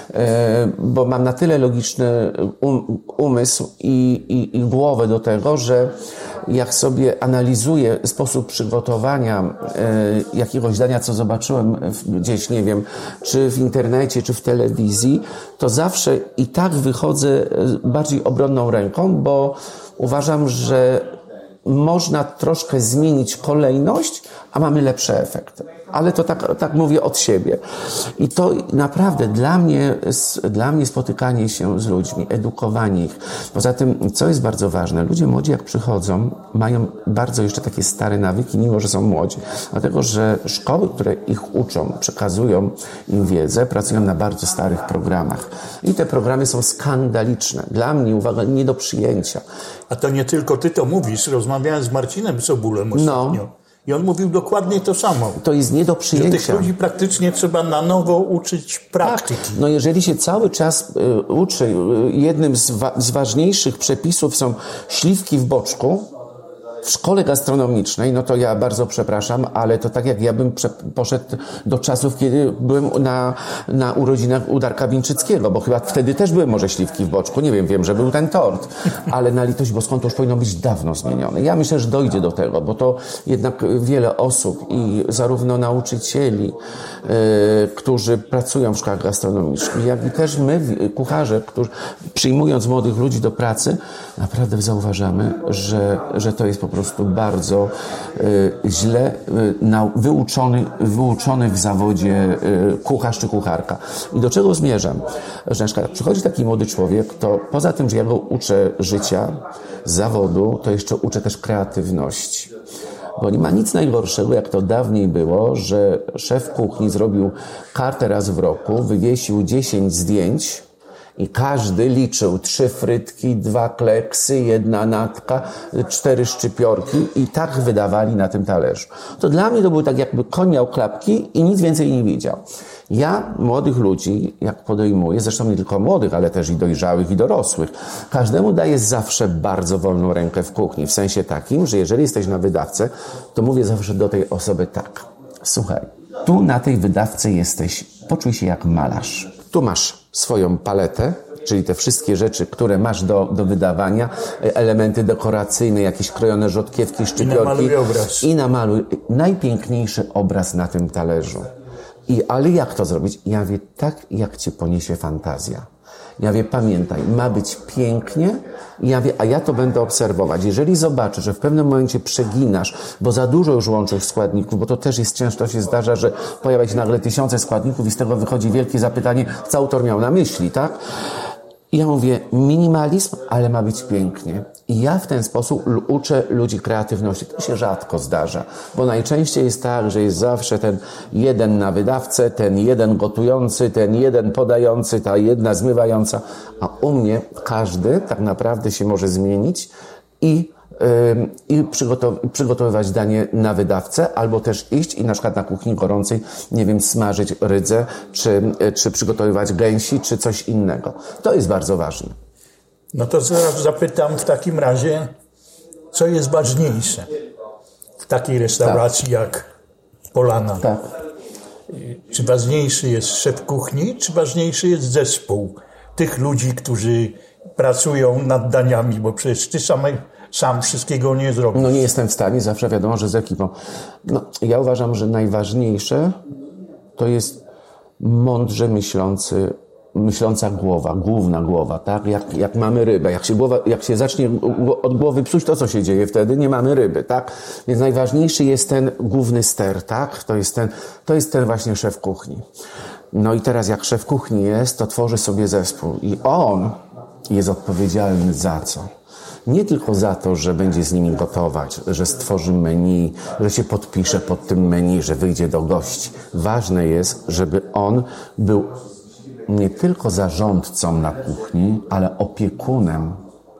Bo mam na tyle logiczny umysł i głowę do tego, że jak sobie analizuję sposób przygotowania jakiegoś dania, co zobaczyłem gdzieś, nie wiem, czy w internecie, czy w telewizji, to zawsze i tak wychodzę bardziej obronną ręką, bo uważam, że można troszkę zmienić kolejność, a mamy lepsze efekty. Ale to tak mówię od siebie. I to naprawdę dla mnie spotykanie się z ludźmi, edukowanie ich. Poza tym, co jest bardzo ważne, ludzie młodzi jak przychodzą, mają bardzo jeszcze takie stare nawyki, mimo że są młodzi. Dlatego, że szkoły, które ich uczą, przekazują im wiedzę, pracują na bardzo starych programach. I te programy są skandaliczne. Dla mnie, uwaga, nie do przyjęcia. A to nie tylko ty to mówisz. Rozmawiałem z Marcinem Sobulem ostatnio. I on mówił dokładnie to samo. To jest nie do przyjęcia. Że tych ludzi praktycznie trzeba na nowo uczyć praktyki. Tak. No jeżeli się cały czas uczy, jednym z ważniejszych przepisów są śliwki w boczku, w szkole gastronomicznej, no to ja bardzo przepraszam, ale to tak jak ja bym poszedł do czasów, kiedy byłem na urodzinach u Darka Winczyckiego, bo chyba wtedy też były może śliwki w boczku, nie wiem, że był ten tort, ale na litość boską to już powinno być dawno zmienione. Ja myślę, że dojdzie do tego, bo to jednak wiele osób i zarówno nauczycieli, którzy pracują w szkołach gastronomicznych, jak i też my, kucharze, którzy przyjmując młodych ludzi do pracy, naprawdę zauważamy, że to jest po prostu bardzo źle wyuczony w zawodzie kucharz czy kucharka. I do czego zmierzam? Że na przykład przychodzi taki młody człowiek, to poza tym, że ja go uczę życia, zawodu, to jeszcze uczę też kreatywności. Bo nie ma nic najgorszego, jak to dawniej było, że szef kuchni zrobił kartę raz w roku, wywiesił 10 zdjęć, i każdy liczył 3 frytki, 2 kleksy, 1 natka, 4 szczypiorki i tak wydawali na tym talerzu. To dla mnie to był tak jakby koń miał klapki i nic więcej nie widział. Ja młodych ludzi, jak podejmuję, zresztą nie tylko młodych, ale też i dojrzałych i dorosłych, każdemu daję zawsze bardzo wolną rękę w kuchni. W sensie takim, że jeżeli jesteś na wydawce, to mówię zawsze do tej osoby tak. Słuchaj, tu na tej wydawce jesteś, poczuj się jak malarz. Tu masz swoją paletę, czyli te wszystkie rzeczy, które masz do wydawania, elementy dekoracyjne, jakieś krojone rzodkiewki, szczypiorki. I namaluj obraz. I namaluj najpiękniejszy obraz na tym talerzu. Ale jak to zrobić? Ja mówię, tak jak cię poniesie fantazja. Ja mówię, pamiętaj, ma być pięknie, a ja to będę obserwować. Jeżeli zobaczę, że w pewnym momencie przeginasz, bo za dużo już łączysz składników, bo to też jest często się zdarza, że pojawia się nagle tysiące składników i z tego wychodzi wielkie zapytanie, co autor miał na myśli, tak? I ja mówię, minimalizm, ale ma być pięknie. I ja w ten sposób uczę ludzi kreatywności. To się rzadko zdarza, bo najczęściej jest tak, że jest zawsze ten jeden na wydawcę, ten jeden gotujący, ten jeden podający, ta jedna zmywająca, a u mnie każdy tak naprawdę się może zmienić i przygotowywać danie na wydawcę, albo też iść i na przykład na kuchni gorącej, nie wiem, smażyć rydzę, czy przygotowywać gęsi, czy coś innego. To jest bardzo ważne. No to zaraz zapytam w takim razie, co jest ważniejsze w takiej restauracji jak Polana? Tak. Czy ważniejszy jest szef kuchni, czy ważniejszy jest zespół tych ludzi, którzy pracują nad daniami, bo przecież ty sam wszystkiego nie zrobisz. No nie jestem w stanie, zawsze wiadomo, że z ekipą. No, ja uważam, że najważniejsze to jest mądrze myśląca głowa, główna głowa, tak? Jak mamy rybę, jak się zacznie od głowy psuć, to co się dzieje wtedy? Nie mamy ryby, tak? Więc najważniejszy jest ten główny ster, tak? To jest ten właśnie szef kuchni. No i teraz jak szef kuchni jest, to tworzy sobie zespół i on jest odpowiedzialny za co? Nie tylko za to, że będzie z nimi gotować, że stworzy menu, że się podpisze pod tym menu, że wyjdzie do gości. Ważne jest, żeby on był nie tylko zarządcą na kuchni, ale opiekunem.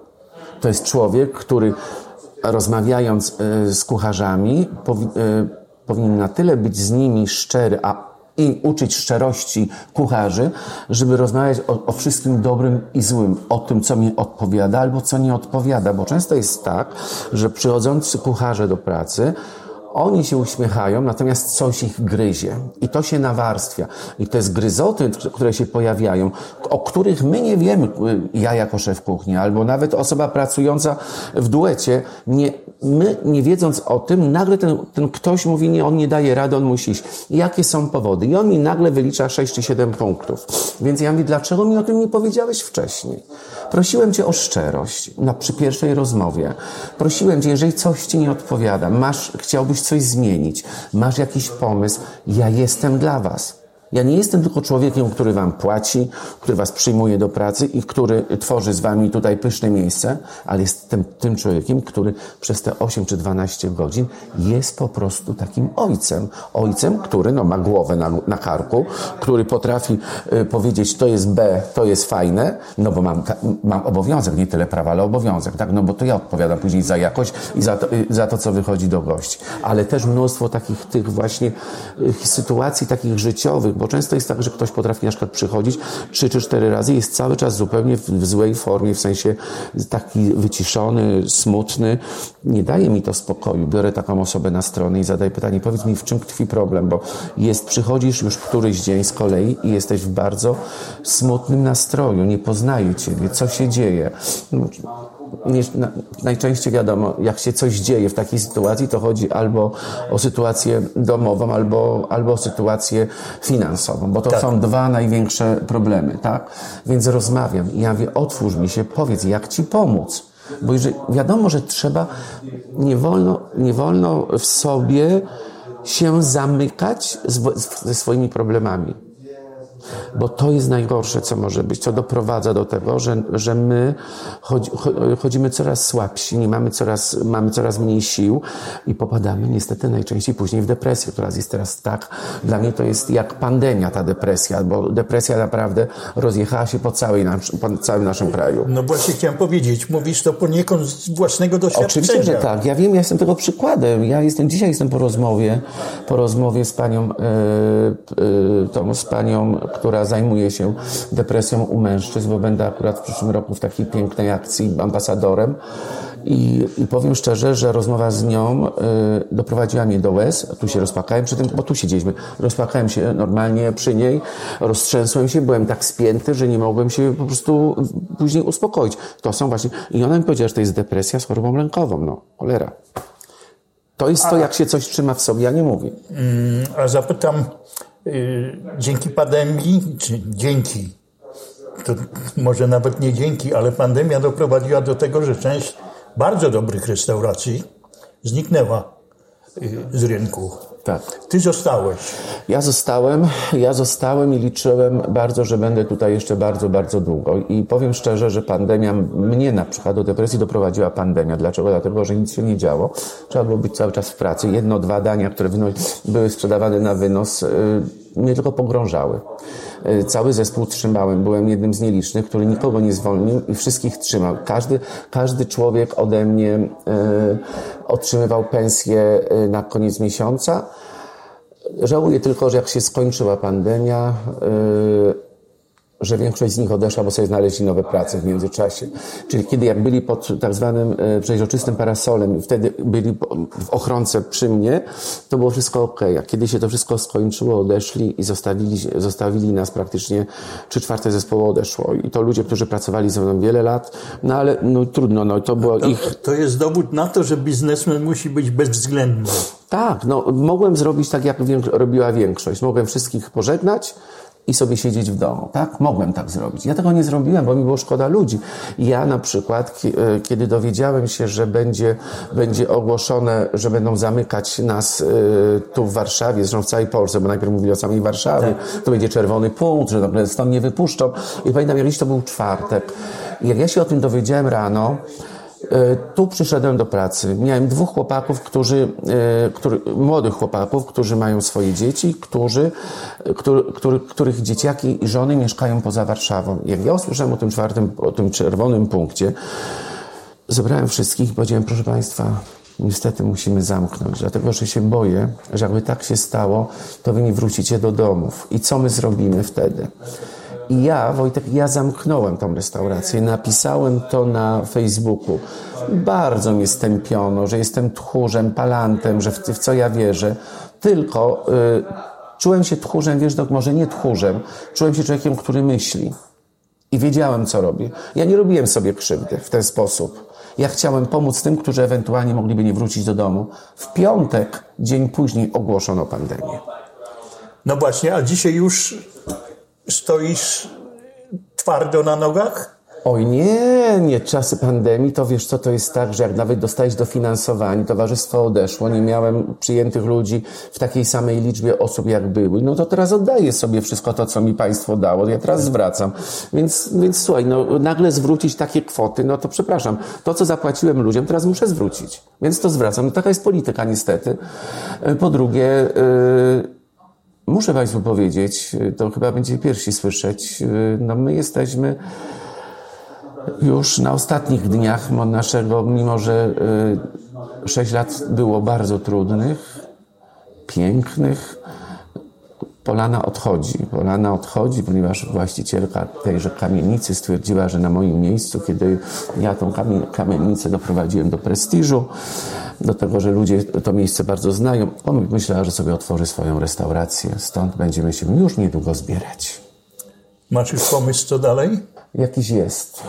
To jest człowiek, który rozmawiając z kucharzami powinien na tyle być z nimi szczery, i uczyć szczerości kucharzy, żeby rozmawiać o wszystkim dobrym i złym, o tym, co mi odpowiada albo co nie odpowiada, bo często jest tak, że przychodzący kucharze do pracy, oni się uśmiechają, natomiast coś ich gryzie i to się nawarstwia. I te zgryzoty, które się pojawiają, o których my nie wiemy, ja jako szef kuchni, albo nawet osoba pracująca w duecie, my nie wiedząc o tym, nagle ten ktoś mówi, nie, on nie daje rady, on musi iść. Jakie są powody? I on mi nagle wylicza 6 czy 7 punktów. Więc ja mówię, dlaczego mi o tym nie powiedziałeś wcześniej? Prosiłem cię o szczerość przy pierwszej rozmowie. Prosiłem cię, jeżeli coś ci nie odpowiada, chciałbyś coś zmienić, masz jakiś pomysł, ja jestem dla was. Ja nie jestem tylko człowiekiem, który wam płaci, który was przyjmuje do pracy i który tworzy z wami tutaj pyszne miejsce, ale jestem tym człowiekiem, który przez te 8 czy 12 godzin jest po prostu takim ojcem. Ojcem, który ma głowę na karku, który potrafi powiedzieć, to jest B, to jest fajne, no bo mam obowiązek, nie tyle prawa, ale obowiązek, tak? No bo to ja odpowiadam później za jakość i za to, co wychodzi do gości. Ale też mnóstwo tych właśnie sytuacji takich życiowych, bo często jest tak, że ktoś potrafi na przykład przychodzić 3 czy 4 razy i jest cały czas zupełnie w złej formie, w sensie taki wyciszony, smutny. Nie daje mi to spokoju. Biorę taką osobę na stronę i zadaję pytanie, powiedz mi, w czym tkwi problem, bo przychodzisz już któryś dzień z kolei i jesteś w bardzo smutnym nastroju, nie poznaję ciebie, co się dzieje. Najczęściej wiadomo, jak się coś dzieje w takiej sytuacji, to chodzi albo o sytuację domową, albo o sytuację finansową, bo to są 2 największe problemy, tak? Więc rozmawiam i ja mówię, otwórz mi się, powiedz, jak ci pomóc. Bo jeżeli wiadomo, że nie wolno w sobie się zamykać ze swoimi problemami. Bo to jest najgorsze, co może być, co doprowadza do tego, że my chodzimy coraz słabsi, mamy coraz mniej sił i popadamy niestety najczęściej później w depresję, która jest teraz tak, dla mnie to jest jak pandemia ta depresja, bo depresja naprawdę rozjechała się po całym naszym kraju. No właśnie chciałem powiedzieć, mówisz to poniekąd z własnego doświadczenia. Oczywiście, że tak, ja wiem, ja jestem tego przykładem, dzisiaj jestem po rozmowie z panią, która zajmuje się depresją u mężczyzn, bo będę akurat w przyszłym roku w takiej pięknej akcji ambasadorem i powiem szczerze, że rozmowa z nią doprowadziła mnie do łez. Tu się rozpłakałem przy tym, bo tu siedzieliśmy. Rozpłakałem się normalnie przy niej, roztrzęsłem się, byłem tak spięty, że nie mogłem się po prostu później uspokoić. To są właśnie... I ona mi powiedziała, że to jest depresja z chorobą lękową. No, cholera. To jest to, jak się coś trzyma w sobie, ja nie mówię. A zapytam, dzięki pandemii, czy dzięki to może nawet nie dzięki, ale pandemia doprowadziła do tego, że część bardzo dobrych restauracji zniknęła z rynku. Tak. Ty zostałeś. Ja zostałem i liczyłem bardzo, że będę tutaj jeszcze bardzo, bardzo długo. I powiem szczerze, że pandemia, mnie na przykład do depresji doprowadziła pandemia. Dlaczego? Dlatego, że nic się nie działo. Trzeba było być cały czas w pracy. 1-2 dania, które były sprzedawane na wynos, mnie tylko pogrążały. Cały zespół trzymałem. Byłem jednym z nielicznych, który nikogo nie zwolnił i wszystkich trzymał. Każdy człowiek ode mnie otrzymywał pensję na koniec miesiąca. Żałuję tylko, że jak się skończyła pandemia, że większość z nich odeszła, bo sobie znaleźli nowe prace w międzyczasie. Czyli kiedy jak byli pod tak zwanym przeźroczystym parasolem, wtedy byli w ochronce przy mnie, to było wszystko okej. A kiedy się to wszystko skończyło, odeszli i zostawili nas praktycznie 3/4 zespołu odeszło. I to ludzie, którzy pracowali ze mną wiele lat, no ale no trudno, no to było ich... To jest dowód na to, że biznesmen musi być bezwzględny. Tak, no mogłem zrobić tak, jak robiła większość. Mogłem wszystkich pożegnać i sobie siedzieć w domu, tak? Mogłem tak zrobić. Ja tego nie zrobiłem, bo mi było szkoda ludzi. Ja na przykład, kiedy dowiedziałem się, że będzie ogłoszone, że będą zamykać nas tu w Warszawie, zresztą w całej Polsce, bo najpierw mówili o samej Warszawie, to będzie czerwony punkt, że nagle stąd nie wypuszczą. I pamiętam, jakiś to był czwartek. I jak ja się o tym dowiedziałem rano, tu przyszedłem do pracy. Miałem 2 chłopaków, młodych chłopaków, którzy mają swoje dzieci, których dzieciaki i żony mieszkają poza Warszawą. Jak ja usłyszałem o tym czerwonym punkcie, zebrałem wszystkich i powiedziałem, proszę Państwa, niestety musimy zamknąć, dlatego że się boję, że jakby tak się stało, to wy nie wrócicie do domów. I co my zrobimy wtedy? I ja, Wojtek, zamknąłem tą restaurację, napisałem to na Facebooku. Bardzo mnie stępiono, że jestem tchórzem, palantem, że w co ja wierzę. Tylko czułem się tchórzem, wiesz, może nie tchórzem, czułem się człowiekiem, który myśli. I wiedziałem, co robię. Ja nie robiłem sobie krzywdy w ten sposób. Ja chciałem pomóc tym, którzy ewentualnie mogliby nie wrócić do domu. W piątek, dzień później, ogłoszono pandemię. No właśnie, a dzisiaj już stoisz twardo na nogach? Oj nie, czasy pandemii, to wiesz co, to jest tak, że jak nawet dostałeś dofinansowanie, towarzystwo odeszło, nie miałem przyjętych ludzi w takiej samej liczbie osób, jak były, no to teraz oddaję sobie wszystko to, co mi państwo dało, ja teraz zwracam. Więc słuchaj, no nagle zwrócić takie kwoty, no to przepraszam, to co zapłaciłem ludziom, teraz muszę zwrócić. Więc to zwracam. No taka jest polityka niestety. Po drugie, muszę Państwu powiedzieć, to chyba będziecie pierwsi słyszeć, no my jesteśmy już na ostatnich dniach naszego, mimo że 6 lat było bardzo trudnych, pięknych, Polana odchodzi, ponieważ właścicielka tejże kamienicy stwierdziła, że na moim miejscu, kiedy ja tą kamienicę doprowadziłem do prestiżu, do tego, że ludzie to miejsce bardzo znają, on myślała, że sobie otworzy swoją restaurację. Stąd będziemy się już niedługo zbierać. Masz już pomysł, co dalej? Jakiś jest.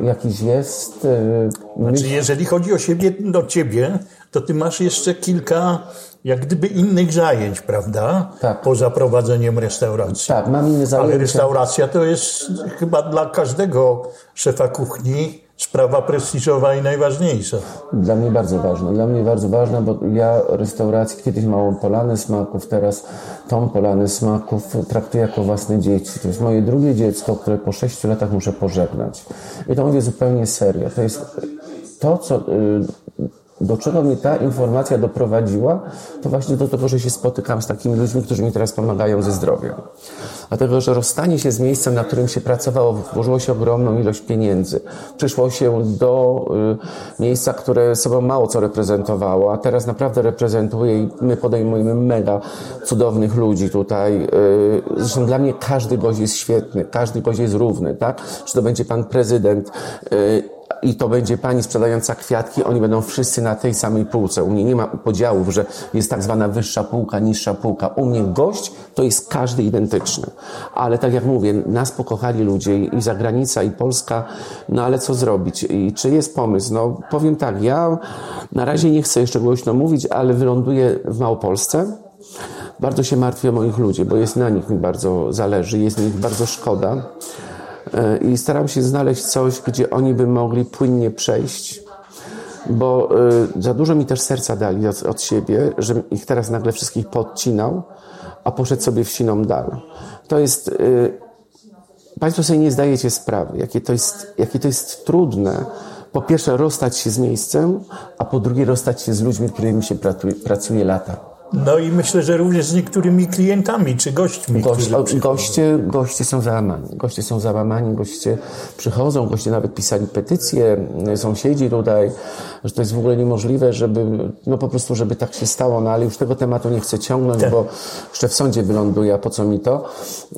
Znaczy, jeżeli chodzi o ciebie, to ty masz jeszcze kilka jak gdyby innych zajęć, prawda? Tak. Poza prowadzeniem restauracji. Tak, mam inne zajęcia. Ale restauracja to jest chyba dla każdego szefa kuchni sprawa prestiżowa i najważniejsza. Dla mnie bardzo ważna, bo ja restaurację, kiedyś małą Polanę Smaków, teraz tą Polanę Smaków traktuję jako własne dzieci. To jest moje drugie dziecko, które po 6 latach muszę pożegnać. I to mówię zupełnie serio. To jest to, do czego mnie ta informacja doprowadziła, to właśnie do tego, że się spotykam z takimi ludźmi, którzy mi teraz pomagają ze zdrowiem. Dlatego, że rozstanie się z miejscem, na którym się pracowało, włożyło się ogromną ilość pieniędzy. Przyszło się do miejsca, które sobą mało co reprezentowało, a teraz naprawdę reprezentuje i my podejmujemy mega cudownych ludzi tutaj. Zresztą dla mnie każdy gość jest świetny, każdy gość jest równy, tak? Czy to będzie pan prezydent, i to będzie pani sprzedająca kwiatki, oni będą wszyscy na tej samej półce. U mnie nie ma podziałów, że jest tak zwana wyższa półka, niższa półka. U mnie gość to jest każdy identyczny. Ale tak jak mówię, nas pokochali ludzie i zagranica, i Polska, no ale co zrobić? I czy jest pomysł? No powiem tak, ja na razie nie chcę jeszcze głośno mówić, ale wyląduję w Małopolsce. Bardzo się martwię o moich ludzi, bo jest na nich mi bardzo zależy, jest mi ich bardzo szkoda. I staram się znaleźć coś, gdzie oni by mogli płynnie przejść, bo za dużo mi też serca dali od siebie, że ich teraz nagle wszystkich podcinał, a poszedł sobie w siną dal. To jest... Państwo sobie nie zdajecie sprawy, jakie to jest trudne. Po pierwsze rozstać się z miejscem, a po drugie rozstać się z ludźmi, którymi się pracuje lata. No i myślę, że również z niektórymi klientami czy gośćmi. Goście są załamani. Goście przychodzą, goście nawet pisali petycje, sąsiedzi tutaj, że to jest w ogóle niemożliwe, żeby, no po prostu, żeby tak się stało, no ale już tego tematu nie chcę ciągnąć, bo jeszcze w sądzie wyląduje, a po co mi to?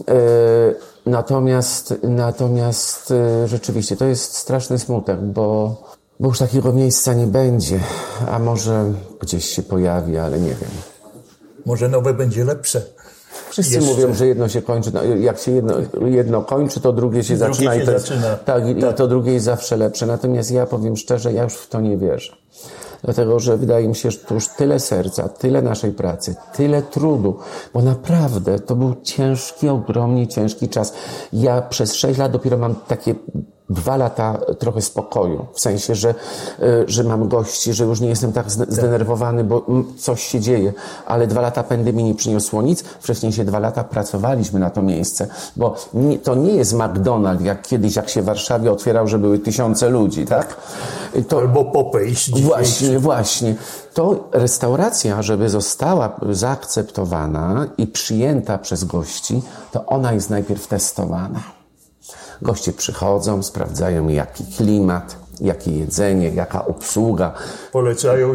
Natomiast rzeczywiście to jest straszny smutek, bo już takiego miejsca nie będzie, a może gdzieś się pojawi, ale nie wiem. Może nowe będzie lepsze. Wszyscy mówią, że jedno się kończy, no, jak się jedno kończy, to drugie się zaczyna. I to drugie jest zawsze lepsze. Natomiast ja powiem szczerze, ja już w to nie wierzę. Dlatego, że wydaje mi się, że to już tyle serca, tyle naszej pracy, tyle trudu, bo naprawdę to był ciężki, ogromnie ciężki czas. Ja przez 6 lat dopiero mam takie 2 lata trochę spokoju, w sensie, że mam gości, że już nie jestem tak zdenerwowany, bo coś się dzieje, ale 2 lata pandemii nie przyniosło nic. Wcześniej się 2 lata pracowaliśmy na to miejsce, bo to nie jest McDonald's, jak kiedyś, jak się w Warszawie otwierał, że były 1000 ludzi, tak? Albo Popeyes. Właśnie. To restauracja, żeby została zaakceptowana i przyjęta przez gości, to ona jest najpierw testowana. Goście przychodzą, sprawdzają jaki klimat, jakie jedzenie, jaka obsługa. Polecają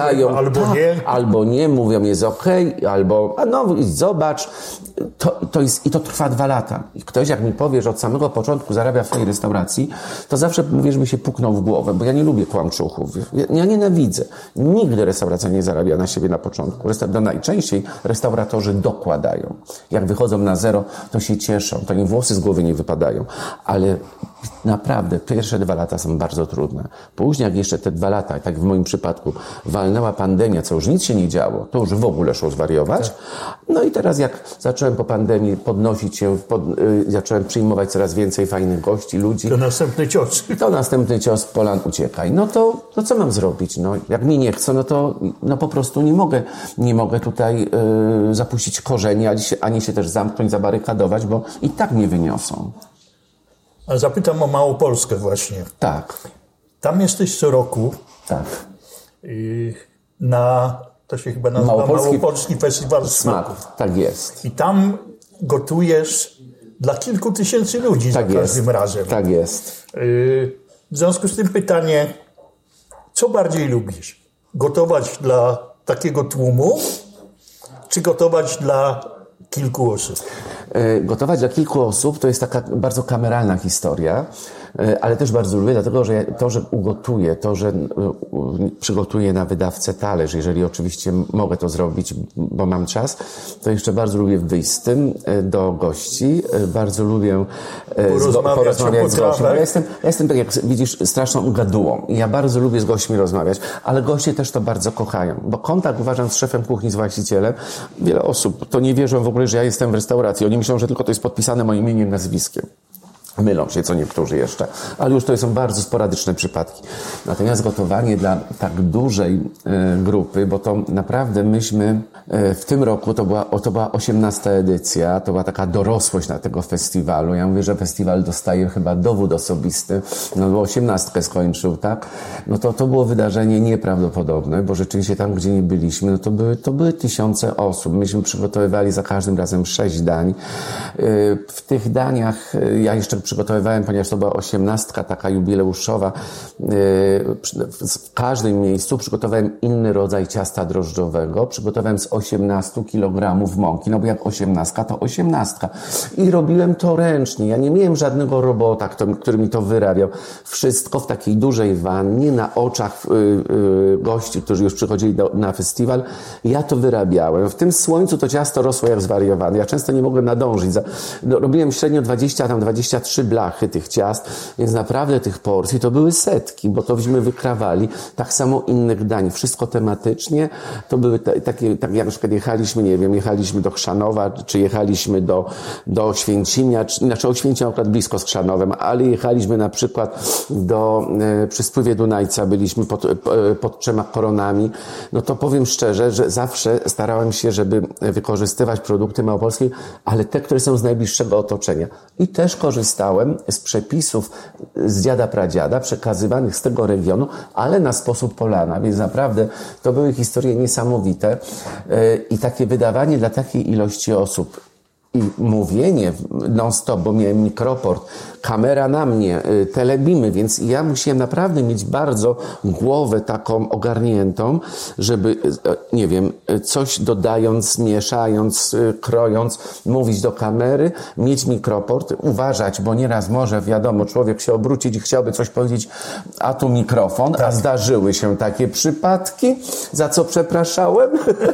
albo nie, mówią jest okej, albo zobacz. To trwa 2 lata. I ktoś jak mi powie, że od samego początku zarabia w tej restauracji, to zawsze mówię, że mi się puknął w głowę, bo ja nie lubię kłamczuchów. Ja nienawidzę. Nigdy restauracja nie zarabia na siebie na początku. Najczęściej restauratorzy dokładają. Jak wychodzą na zero, to się cieszą. To im włosy z głowy nie wypadają. Ale naprawdę pierwsze 2 lata są bardzo trudne. Później jak jeszcze te 2 lata, tak w moim przypadku, walnęła pandemia, co już nic się nie działo, to już w ogóle szło zwariować. No i teraz jak zacząłem po pandemii podnosić się, zacząłem przyjmować coraz więcej fajnych gości, ludzi. To następny cios. Polan uciekaj. No to co mam zrobić? No, jak mi nie chce, no po prostu nie mogę tutaj zapuścić korzeni, ani się też zamknąć, zabarykadować, bo i tak mnie wyniosą. A zapytam o Małopolskę właśnie. Tak. Tam jesteś co roku. Tak. To się chyba nazywa Małopolski Festiwal Smaków. Tak jest. I tam gotujesz dla kilku tysięcy ludzi za każdym razem. Tak jest. W związku z tym pytanie, co bardziej lubisz? Gotować dla takiego tłumu, czy gotować dla kilku osób? Gotować dla kilku osób to jest taka bardzo kameralna historia, ale też bardzo lubię, dlatego że że ugotuję, że przygotuję na wydawcę talerz, jeżeli oczywiście mogę to zrobić, bo mam czas, to jeszcze bardzo lubię wyjść z tym do gości, bardzo lubię porozmawiać z gośćmi. Ja jestem, tak jak widzisz, straszną gadułą i ja bardzo lubię z gośćmi rozmawiać, ale goście też to bardzo kochają, bo kontakt uważam z szefem kuchni, z właścicielem, wiele osób to nie wierzą w ogóle, że ja jestem w restauracji, oni myślą, że tylko to jest podpisane moim imieniem, nazwiskiem. Mylą się co niektórzy jeszcze, ale już to są bardzo sporadyczne przypadki. Natomiast gotowanie dla tak dużej grupy, bo to naprawdę myśmy w tym roku, to była 18. edycja, to była taka dorosłość na tego festiwalu. Ja mówię, że festiwal dostaje chyba dowód osobisty, no bo 18 skończył, tak? No to było wydarzenie nieprawdopodobne, bo rzeczywiście tam, gdzie nie byliśmy, no to były tysiące osób. Myśmy przygotowywali za każdym razem 6 dań. W tych daniach ja jeszcze przygotowywałem, ponieważ to była 18 taka jubileuszowa. W każdym miejscu przygotowałem inny rodzaj ciasta drożdżowego. Przygotowałem z 18 kg mąki, no bo jak 18 to 18. I robiłem to ręcznie. Ja nie miałem żadnego robota, który mi to wyrabiał. Wszystko w takiej dużej wannie, na oczach gości, którzy już przychodzili na festiwal. Ja to wyrabiałem. W tym słońcu to ciasto rosło jak zwariowane. Ja często nie mogłem nadążyć. Robiłem średnio 20, tam 23 3 blachy tych ciast, więc naprawdę tych porcji to były setki, bo tośmy wykrawali. Tak samo innych dań, wszystko tematycznie. To były takie, tak jak na przykład jechaliśmy do Chrzanowa, czy jechaliśmy do Oświęcimia, znaczy Oświęcim akurat blisko z Chrzanowem, ale jechaliśmy na przykład przy spływie Dunajca, byliśmy pod 3 koronami. No to powiem szczerze, że zawsze starałem się, żeby wykorzystywać produkty małopolskie, ale te, które są z najbliższego otoczenia. I też korzystałem z przepisów z dziada pradziada, przekazywanych z tego regionu, ale na sposób Polana, więc naprawdę to były historie niesamowite i takie wydawanie dla takiej ilości osób i mówienie non-stop, bo miałem mikroport, kamera na mnie, telebimy, więc ja musiałem naprawdę mieć bardzo głowę taką ogarniętą, żeby, nie wiem, coś dodając, mieszając, krojąc, mówić do kamery, mieć mikroport, uważać, bo nieraz może, wiadomo, człowiek się obrócić i chciałby coś powiedzieć, a tu mikrofon, a zdarzyły się takie przypadki, za co przepraszałem.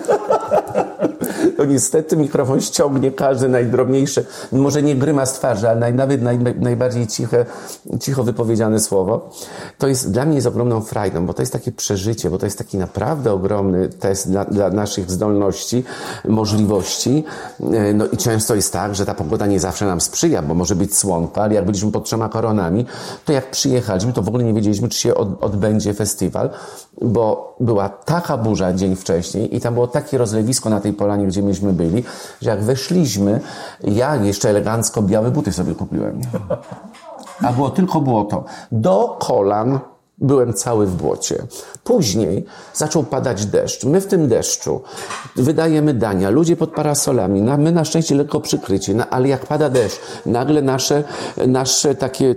To niestety mikrofon ściągnie każdy najdrobniejsze, może nie grymas twarzy, ale nawet najbardziej cicho wypowiedziane słowo. To jest, dla mnie jest ogromną frajdą, bo to jest takie przeżycie, bo to jest taki naprawdę ogromny test dla naszych zdolności, możliwości. No i często jest tak, że ta pogoda nie zawsze nam sprzyja, bo może być słonko, ale jak byliśmy pod 3 koronami, to jak przyjechaliśmy, to w ogóle nie wiedzieliśmy, czy się odbędzie festiwal, bo była taka burza dzień wcześniej i tam było takie rozlewisko na tej polanie, gdzie myśmy byli, że jak weszliśmy, ja jeszcze elegancko białe buty sobie kupiłem. A było tylko błoto. Do kolan byłem cały w błocie. Później zaczął padać deszcz. My w tym deszczu wydajemy dania, ludzie pod parasolami, my na szczęście lekko przykryci, ale jak pada deszcz, nagle nasze takie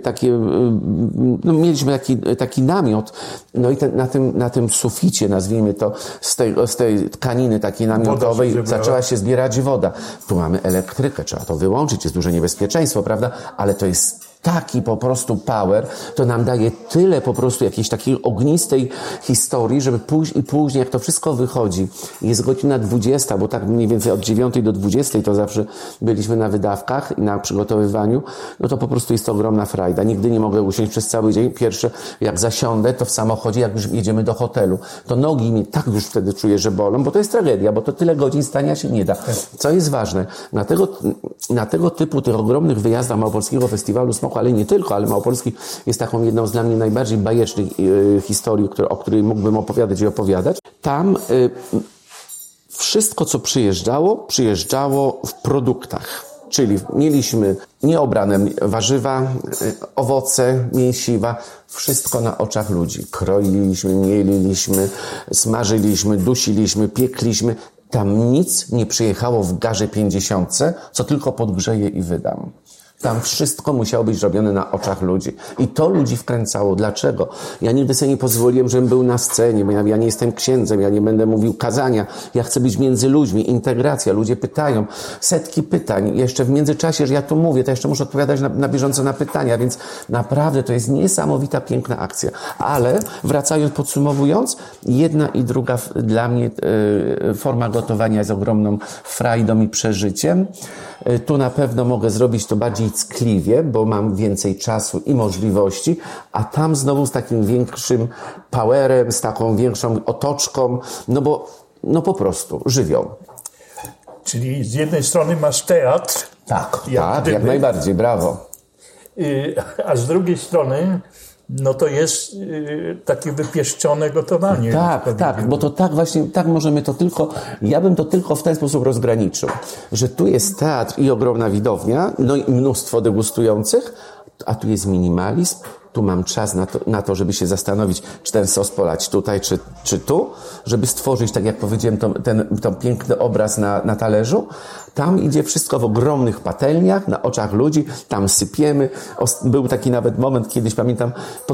no mieliśmy taki namiot, no i na tym suficie, nazwijmy to, z tej tkaniny takiej namiotowej zaczęła się zbierać woda. Tu mamy elektrykę, trzeba to wyłączyć, jest duże niebezpieczeństwo, prawda? Ale to jest taki po prostu power, to nam daje tyle po prostu jakiejś takiej ognistej historii, żeby później, jak to wszystko wychodzi, jest godzina 20, bo tak mniej więcej od 9 do 20 to zawsze byliśmy na wydawkach i na przygotowywaniu, no to po prostu jest to ogromna frajda. Nigdy nie mogę usiąść przez cały dzień. Pierwsze, jak zasiądę, to w samochodzie, jak już jedziemy do hotelu, to nogi mi tak już wtedy czuję, że bolą, bo to jest tragedia, bo to tyle godzin stania się nie da. Co jest ważne, na tego typu tych ogromnych wyjazdach Małopolskiego Festiwalu Smoku, ale nie tylko, ale Małopolski jest taką jedną z dla mnie najbardziej bajecznych historii, o której mógłbym opowiadać i opowiadać. Tam wszystko, co przyjeżdżało w produktach. Czyli mieliśmy nieobrane warzywa, owoce, mięsiwa, wszystko na oczach ludzi. Kroiliśmy, mieliliśmy, smażyliśmy, dusiliśmy, piekliśmy. Tam nic nie przyjechało w garze 50, co tylko podgrzeję i wydam. Tam wszystko musiało być robione na oczach ludzi. I to ludzi wkręcało. Dlaczego? Ja nigdy sobie nie pozwoliłem, żebym był na scenie. Ja nie jestem księdzem, ja nie będę mówił kazania. Ja chcę być między ludźmi. Integracja. Ludzie pytają. Setki pytań. Jeszcze w międzyczasie, że ja tu mówię, to jeszcze muszę odpowiadać na bieżąco na pytania. Więc naprawdę to jest niesamowita, piękna akcja. Ale wracając, podsumowując, jedna i druga dla mnie forma gotowania jest ogromną frajdą i przeżyciem. Tu na pewno mogę zrobić to bardziej ckliwie, bo mam więcej czasu i możliwości, a tam znowu z takim większym powerem, z taką większą otoczką, no po prostu żywioł. Czyli z jednej strony masz teatr. Tak, jak najbardziej, brawo. A z drugiej strony no to jest takie wypieszczone gotowanie. Tak, bo to tak właśnie, tak możemy to tylko, ja bym to tylko w ten sposób rozgraniczył, że tu jest teatr i ogromna widownia, no i mnóstwo degustujących, a tu jest minimalizm, tu mam czas na to, żeby się zastanowić, czy ten sos polać tutaj, czy tu, żeby stworzyć, tak jak powiedziałem, ten piękny obraz na talerzu. Tam idzie wszystko w ogromnych patelniach, na oczach ludzi, tam sypiemy. Był taki nawet moment, kiedyś pamiętam,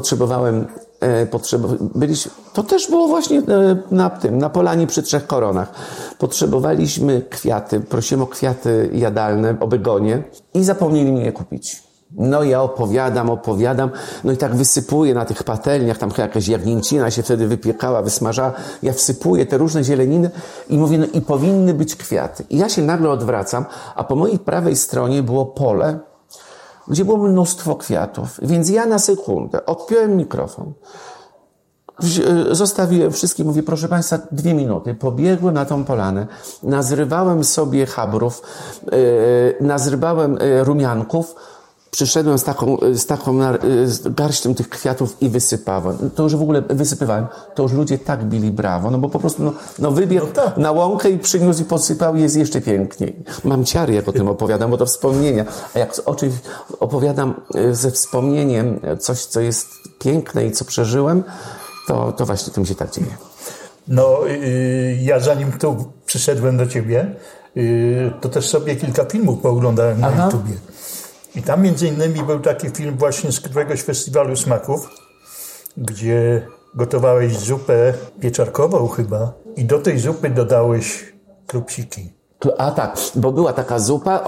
to też było właśnie na polanie przy 3 koronach. Potrzebowaliśmy kwiaty, prosiłem o kwiaty jadalne, o begonie i zapomnieli mi je kupić. No ja opowiadam, no i tak wysypuję na tych patelniach, tam jakaś jagnięcina się wtedy wypiekała, wysmażała, ja wsypuję te różne zieleniny i mówię, no i powinny być kwiaty. I ja się nagle odwracam, a po mojej prawej stronie było pole, gdzie było mnóstwo kwiatów. Więc ja na sekundę odpiąłem mikrofon, zostawiłem wszystkim, mówię, proszę Państwa, 2 minuty. Pobiegłem na tą polanę, nazrywałem sobie nazrywałem rumianków, przyszedłem z taką garścią tych kwiatów i wysypałem. To już w ogóle wysypywałem. To już ludzie tak bili brawo, no bo po prostu wybiegł na łąkę i przyniósł i posypał, jest jeszcze piękniej. Mam ciary, jak o tym opowiadam, bo to wspomnienia. A jak o czymś opowiadam ze wspomnieniem coś, co jest piękne i co przeżyłem, to właśnie to mi się tak dzieje. No, ja zanim tu przyszedłem do ciebie, to też sobie kilka filmów pooglądałem na YouTubie. I tam między innymi był taki film właśnie z któregoś festiwalu smaków, gdzie gotowałeś zupę pieczarkową chyba i do tej zupy dodałeś klopsiki. A tak, bo była taka zupa,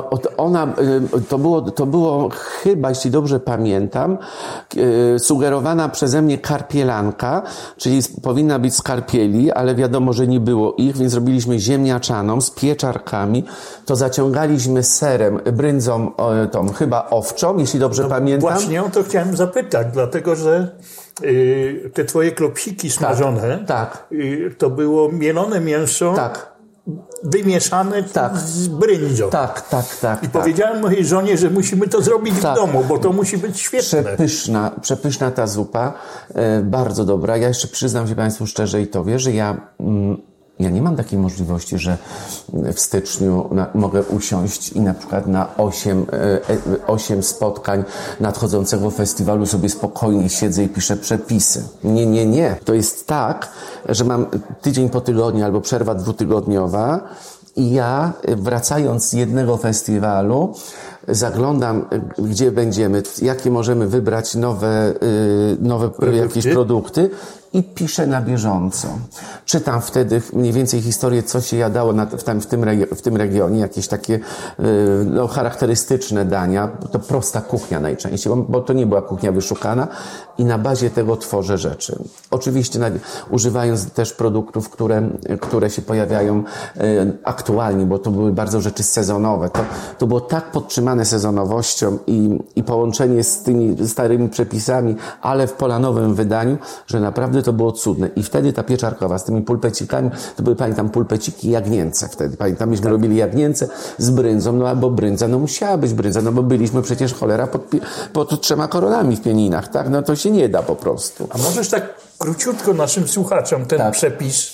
to było chyba, jeśli dobrze pamiętam, sugerowana przeze mnie karpielanka, czyli powinna być z karpieli, ale wiadomo, że nie było ich, więc robiliśmy ziemniaczaną z pieczarkami, to zaciągaliśmy serem, bryndzą tą chyba owczą, jeśli dobrze pamiętam. Właśnie o to chciałem zapytać, dlatego że te twoje klopsiki smażone, to było mielone mięso, wymieszane z bryndzą. Tak. I powiedziałem mojej żonie, że musimy to zrobić w domu, bo to musi być świetne. Przepyszna ta zupa, bardzo dobra. Ja jeszcze przyznam się Państwu szczerze i to wie, że ja nie mam takiej możliwości, że w styczniu mogę usiąść i na przykład na 8 spotkań nadchodzącego festiwalu sobie spokojnie siedzę i piszę przepisy. Nie. To jest tak, że mam tydzień po tygodniu albo przerwa 2-tygodniowa i ja wracając z jednego festiwalu zaglądam, gdzie będziemy, jakie możemy wybrać nowe jakieś produkty i piszę na bieżąco. Czytam wtedy mniej więcej historię, co się jadało w tym regionie, jakieś takie charakterystyczne dania. To prosta kuchnia najczęściej, bo to nie była kuchnia wyszukana i na bazie tego tworzę rzeczy. Oczywiście używając też produktów, które się pojawiają aktualnie, bo to były bardzo rzeczy sezonowe. To było tak podtrzymane sezonowością i połączenie z tymi starymi przepisami, ale w polanowym wydaniu, że naprawdę to było cudne. I wtedy ta pieczarkowa z tymi pulpecikami, to były, pamiętam, pulpeciki jagnięce wtedy. Pamiętam, myśmy robili jagnięce z bryndzą, albo brędza, musiała być brędza, bo byliśmy przecież cholera pod 3 koronami w Pieninach, tak? To się nie da po prostu. A możesz tak króciutko naszym słuchaczom ten przepis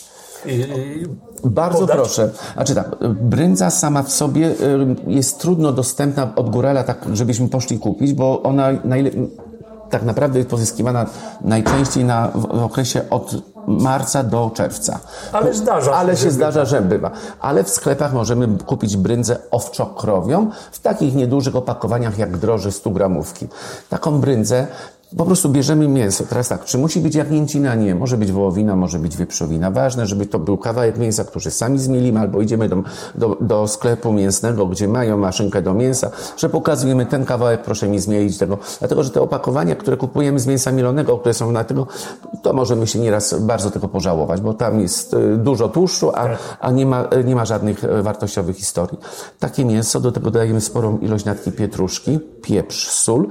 bardzo podać? Proszę. Brędza sama w sobie jest trudno dostępna od górala, tak żebyśmy poszli kupić, bo ona tak naprawdę jest pozyskiwana najczęściej w okresie od marca do czerwca. Ale się zdarza, że bywa. Ale w sklepach możemy kupić bryndzę owczokrowią w takich niedużych opakowaniach jak drożdże 100 gramówki. Taką bryndzę po prostu bierzemy mięso. Teraz tak, czy musi być jagnięcina? Nie. Może być wołowina, może być wieprzowina. Ważne, żeby to był kawałek mięsa, który sami zmielimy, albo idziemy do sklepu mięsnego, gdzie mają maszynkę do mięsa, że pokazujemy ten kawałek, proszę mi zmielić tego. Dlatego, że te opakowania, które kupujemy z mięsa mielonego, które są na tego, to możemy się nieraz bardzo tego pożałować, bo tam jest dużo tłuszczu, a nie ma żadnych wartościowych historii. Takie mięso, do tego dodajemy sporą ilość natki pietruszki, pieprz, sól.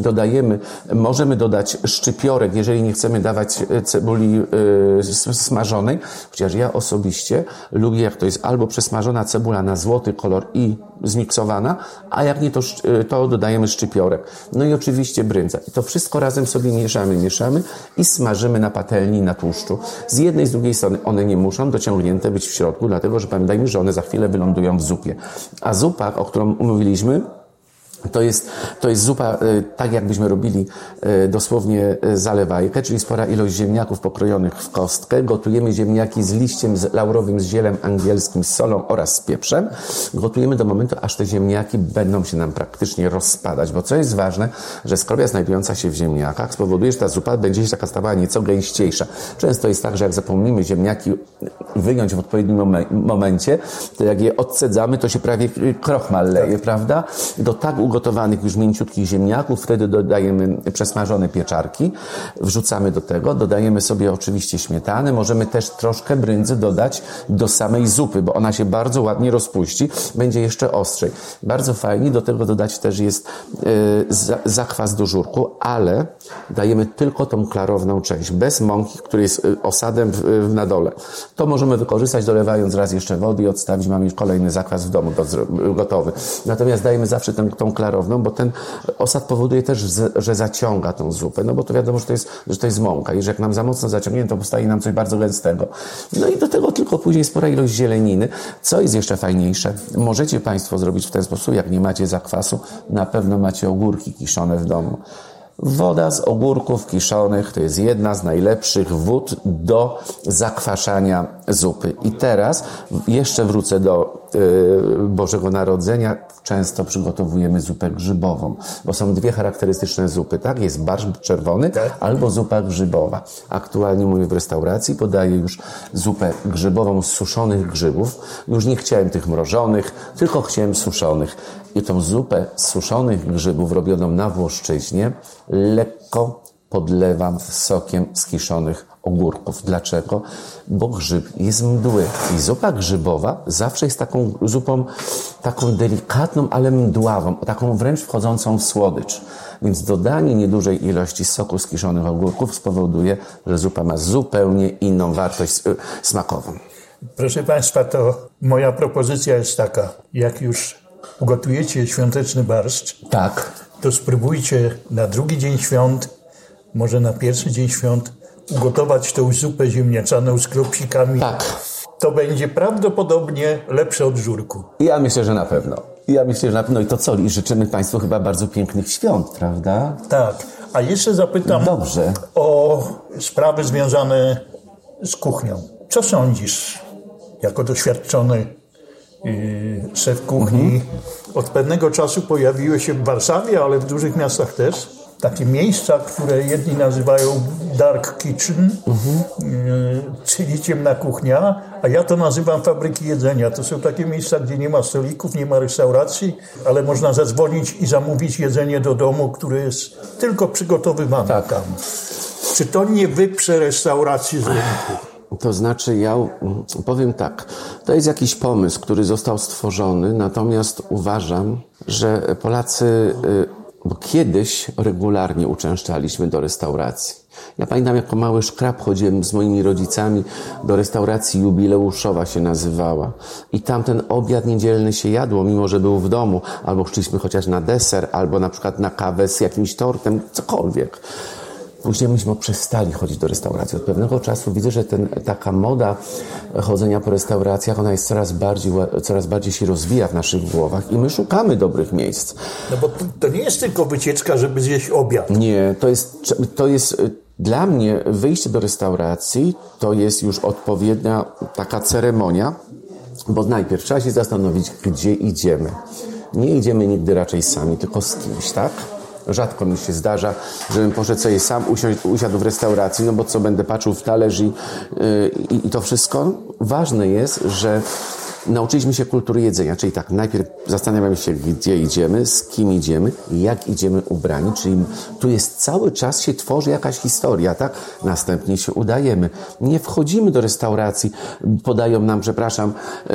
Możemy dodać szczypiorek, jeżeli nie chcemy dawać cebuli smażonej, chociaż ja osobiście lubię, jak to jest albo przesmażona cebula na złoty kolor i zmiksowana, a jak nie, to dodajemy szczypiorek. No i oczywiście brędza. I to wszystko razem sobie mieszamy i smażymy na patelni, na tłuszczu. Z jednej i z drugiej strony one nie muszą dociągnięte być w środku, dlatego że pamiętajmy, że one za chwilę wylądują w zupie. A zupa, o którą mówiliśmy, to jest zupa, tak jakbyśmy robili dosłownie zalewajkę, czyli spora ilość ziemniaków pokrojonych w kostkę. Gotujemy ziemniaki z liściem laurowym, z zielem angielskim, z solą oraz z pieprzem. Gotujemy do momentu, aż te ziemniaki będą się nam praktycznie rozpadać, bo co jest ważne, że skrobia znajdująca się w ziemniakach spowoduje, że ta zupa będzie się taka stawała nieco gęściejsza. Często jest tak, że jak zapomnimy ziemniaki wyjąć w odpowiednim momencie, to jak je odcedzamy, to się prawie krochmal leje, prawda? Do tak ugotowanych już mięciutkich ziemniaków, wtedy dodajemy przesmażone pieczarki, wrzucamy do tego, dodajemy sobie oczywiście śmietanę, możemy też troszkę brędzy dodać do samej zupy, bo ona się bardzo ładnie rozpuści, będzie jeszcze ostrzej. Bardzo fajnie, do tego dodać też jest zakwas do żurku, ale dajemy tylko tą klarowną część, bez mąki, który jest osadem na dole. To możemy wykorzystać, dolewając raz jeszcze wody i odstawić, mamy już kolejny zakwas w domu gotowy. Natomiast dajemy zawsze tą klarowną, bo ten osad powoduje też, że zaciąga tą zupę, no bo to wiadomo, że to jest mąka i że jak nam za mocno zaciągniemy, to powstaje nam coś bardzo gęstego. No i do tego tylko później spora ilość zieleniny. Co jest jeszcze fajniejsze? Możecie Państwo zrobić w ten sposób, jak nie macie zakwasu, na pewno macie ogórki kiszone w domu. Woda z ogórków kiszonych to jest jedna z najlepszych wód do zakwaszania zupy. I teraz jeszcze wrócę do Bożego Narodzenia. Często przygotowujemy zupę grzybową, bo są dwie charakterystyczne zupy, tak? Jest barszcz czerwony albo zupa grzybowa. Aktualnie mówię w restauracji, podaję już zupę grzybową z suszonych grzybów. Już nie chciałem tych mrożonych, tylko chciałem suszonych. I tą zupę z suszonych grzybów robioną na Włoszczyźnie lekko podlewam sokiem z kiszonych ogórków. Dlaczego? Bo grzyb jest mdły. I zupa grzybowa zawsze jest taką zupą, taką delikatną, ale mdławą, taką wręcz wchodzącą w słodycz. Więc dodanie niedużej ilości soku z kiszonych ogórków spowoduje, że zupa ma zupełnie inną wartość smakową. Proszę Państwa, to moja propozycja jest taka. Jak już ugotujecie świąteczny barszcz, tak, to spróbujcie na drugi dzień świąt, może na pierwszy dzień świąt, ugotować tą zupę ziemniaczaną z kropsikami. Tak. To będzie prawdopodobnie lepsze od żurku. Ja myślę, że na pewno. I to co? I życzymy Państwu chyba bardzo pięknych świąt, prawda? Tak. A jeszcze zapytam o sprawy związane z kuchnią. Co sądzisz, jako doświadczony szef kuchni? Od pewnego czasu pojawiły się w Warszawie, ale w dużych miastach też, takie miejsca, które jedni nazywają dark kitchen, czyli ciemna kuchnia, a ja to nazywam fabryki jedzenia. To są takie miejsca, gdzie nie ma stolików, nie ma restauracji, ale można zadzwonić i zamówić jedzenie do domu, które jest tylko przygotowywane tam. Czy to nie wyprze restauracji z rynku? To znaczy, ja powiem tak, to jest jakiś pomysł, który został stworzony, natomiast uważam, że Polacy, bo kiedyś regularnie uczęszczaliśmy do restauracji. Ja pamiętam, jako mały szkrab chodziłem z moimi rodzicami do restauracji Jubileuszowa się nazywała. I tam ten obiad niedzielny się jadło, mimo że był w domu. Albo szliśmy chociaż na deser, albo na przykład na kawę z jakimś tortem, cokolwiek. Później myśmy przestali chodzić do restauracji. Od pewnego czasu widzę, że taka moda chodzenia po restauracjach, ona jest coraz bardziej się rozwija w naszych głowach i my szukamy dobrych miejsc. No bo to nie jest tylko wycieczka, żeby zjeść obiad. Nie, to jest dla mnie wyjście do restauracji to jest już odpowiednia taka ceremonia, bo najpierw trzeba się zastanowić, gdzie idziemy. Nie idziemy nigdy raczej sami, tylko z kimś, tak? Rzadko mi się zdarza, żebym poszedł sobie sam, usiadł w restauracji, no bo co, będę patrzył w talerz i to wszystko. Ważne jest, że nauczyliśmy się kultury jedzenia, czyli tak, najpierw zastanawiamy się, gdzie idziemy, z kim idziemy, jak idziemy ubrani, czyli tu jest cały czas się tworzy jakaś historia, tak? Następnie się udajemy. Nie wchodzimy do restauracji, podają nam, przepraszam,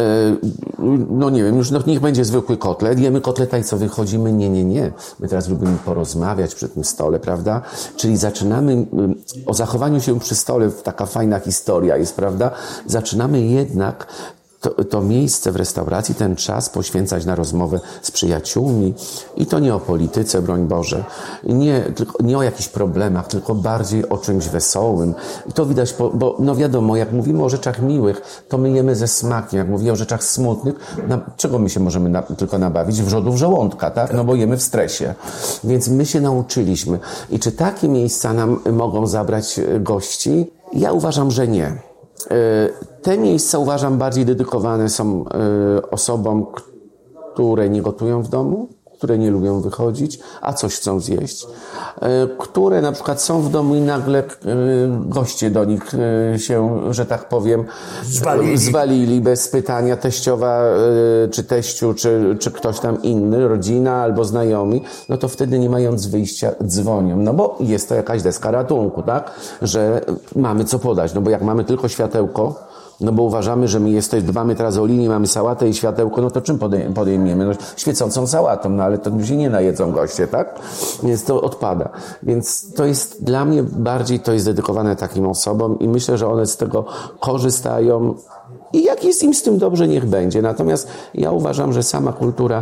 no nie wiem, już niech będzie zwykły kotlet, jemy kotleta i co, wychodzimy? Nie. My teraz lubimy porozmawiać przy tym stole, prawda? Czyli zaczynamy, o zachowaniu się przy stole, taka fajna historia jest, prawda? Zaczynamy jednak to miejsce w restauracji, ten czas poświęcać na rozmowę z przyjaciółmi i to nie o polityce, broń Boże, nie o jakichś problemach, tylko bardziej o czymś wesołym. I to widać, bo no wiadomo, jak mówimy o rzeczach miłych, to my jemy ze smakiem. Jak mówię o rzeczach smutnych, czego my się możemy tylko nabawić? Wrzodów żołądka, tak? No bo jemy w stresie. Więc my się nauczyliśmy. I czy takie miejsca nam mogą zabrać gości? Ja uważam, że nie. Te miejsca, uważam, bardziej dedykowane są osobom, które nie gotują w domu, które nie lubią wychodzić, a coś chcą zjeść, które na przykład są w domu i nagle goście do nich się, że tak powiem, zwalili bez pytania, teściowa czy teściu, czy ktoś tam inny, rodzina albo znajomi, no to wtedy nie mając wyjścia dzwonią, no bo jest to jakaś deska ratunku, tak, że mamy co podać, no bo jak mamy tylko światełko, no bo uważamy, że my dbamy teraz o linię, mamy sałatę i światełko, no to czym podejmiemy? No, świecącą sałatą, no ale to się nie najedzą goście, tak? Więc to odpada. Więc to jest dla mnie bardziej to jest dedykowane takim osobom i myślę, że one z tego korzystają i jak jest im z tym dobrze, niech będzie. Natomiast ja uważam, że sama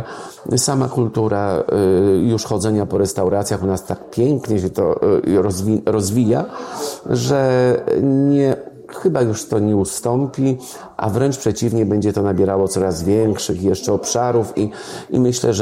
kultura już chodzenia po restauracjach u nas tak pięknie się to rozwija, że chyba już to nie ustąpi, a wręcz przeciwnie, będzie to nabierało coraz większych jeszcze obszarów i myślę,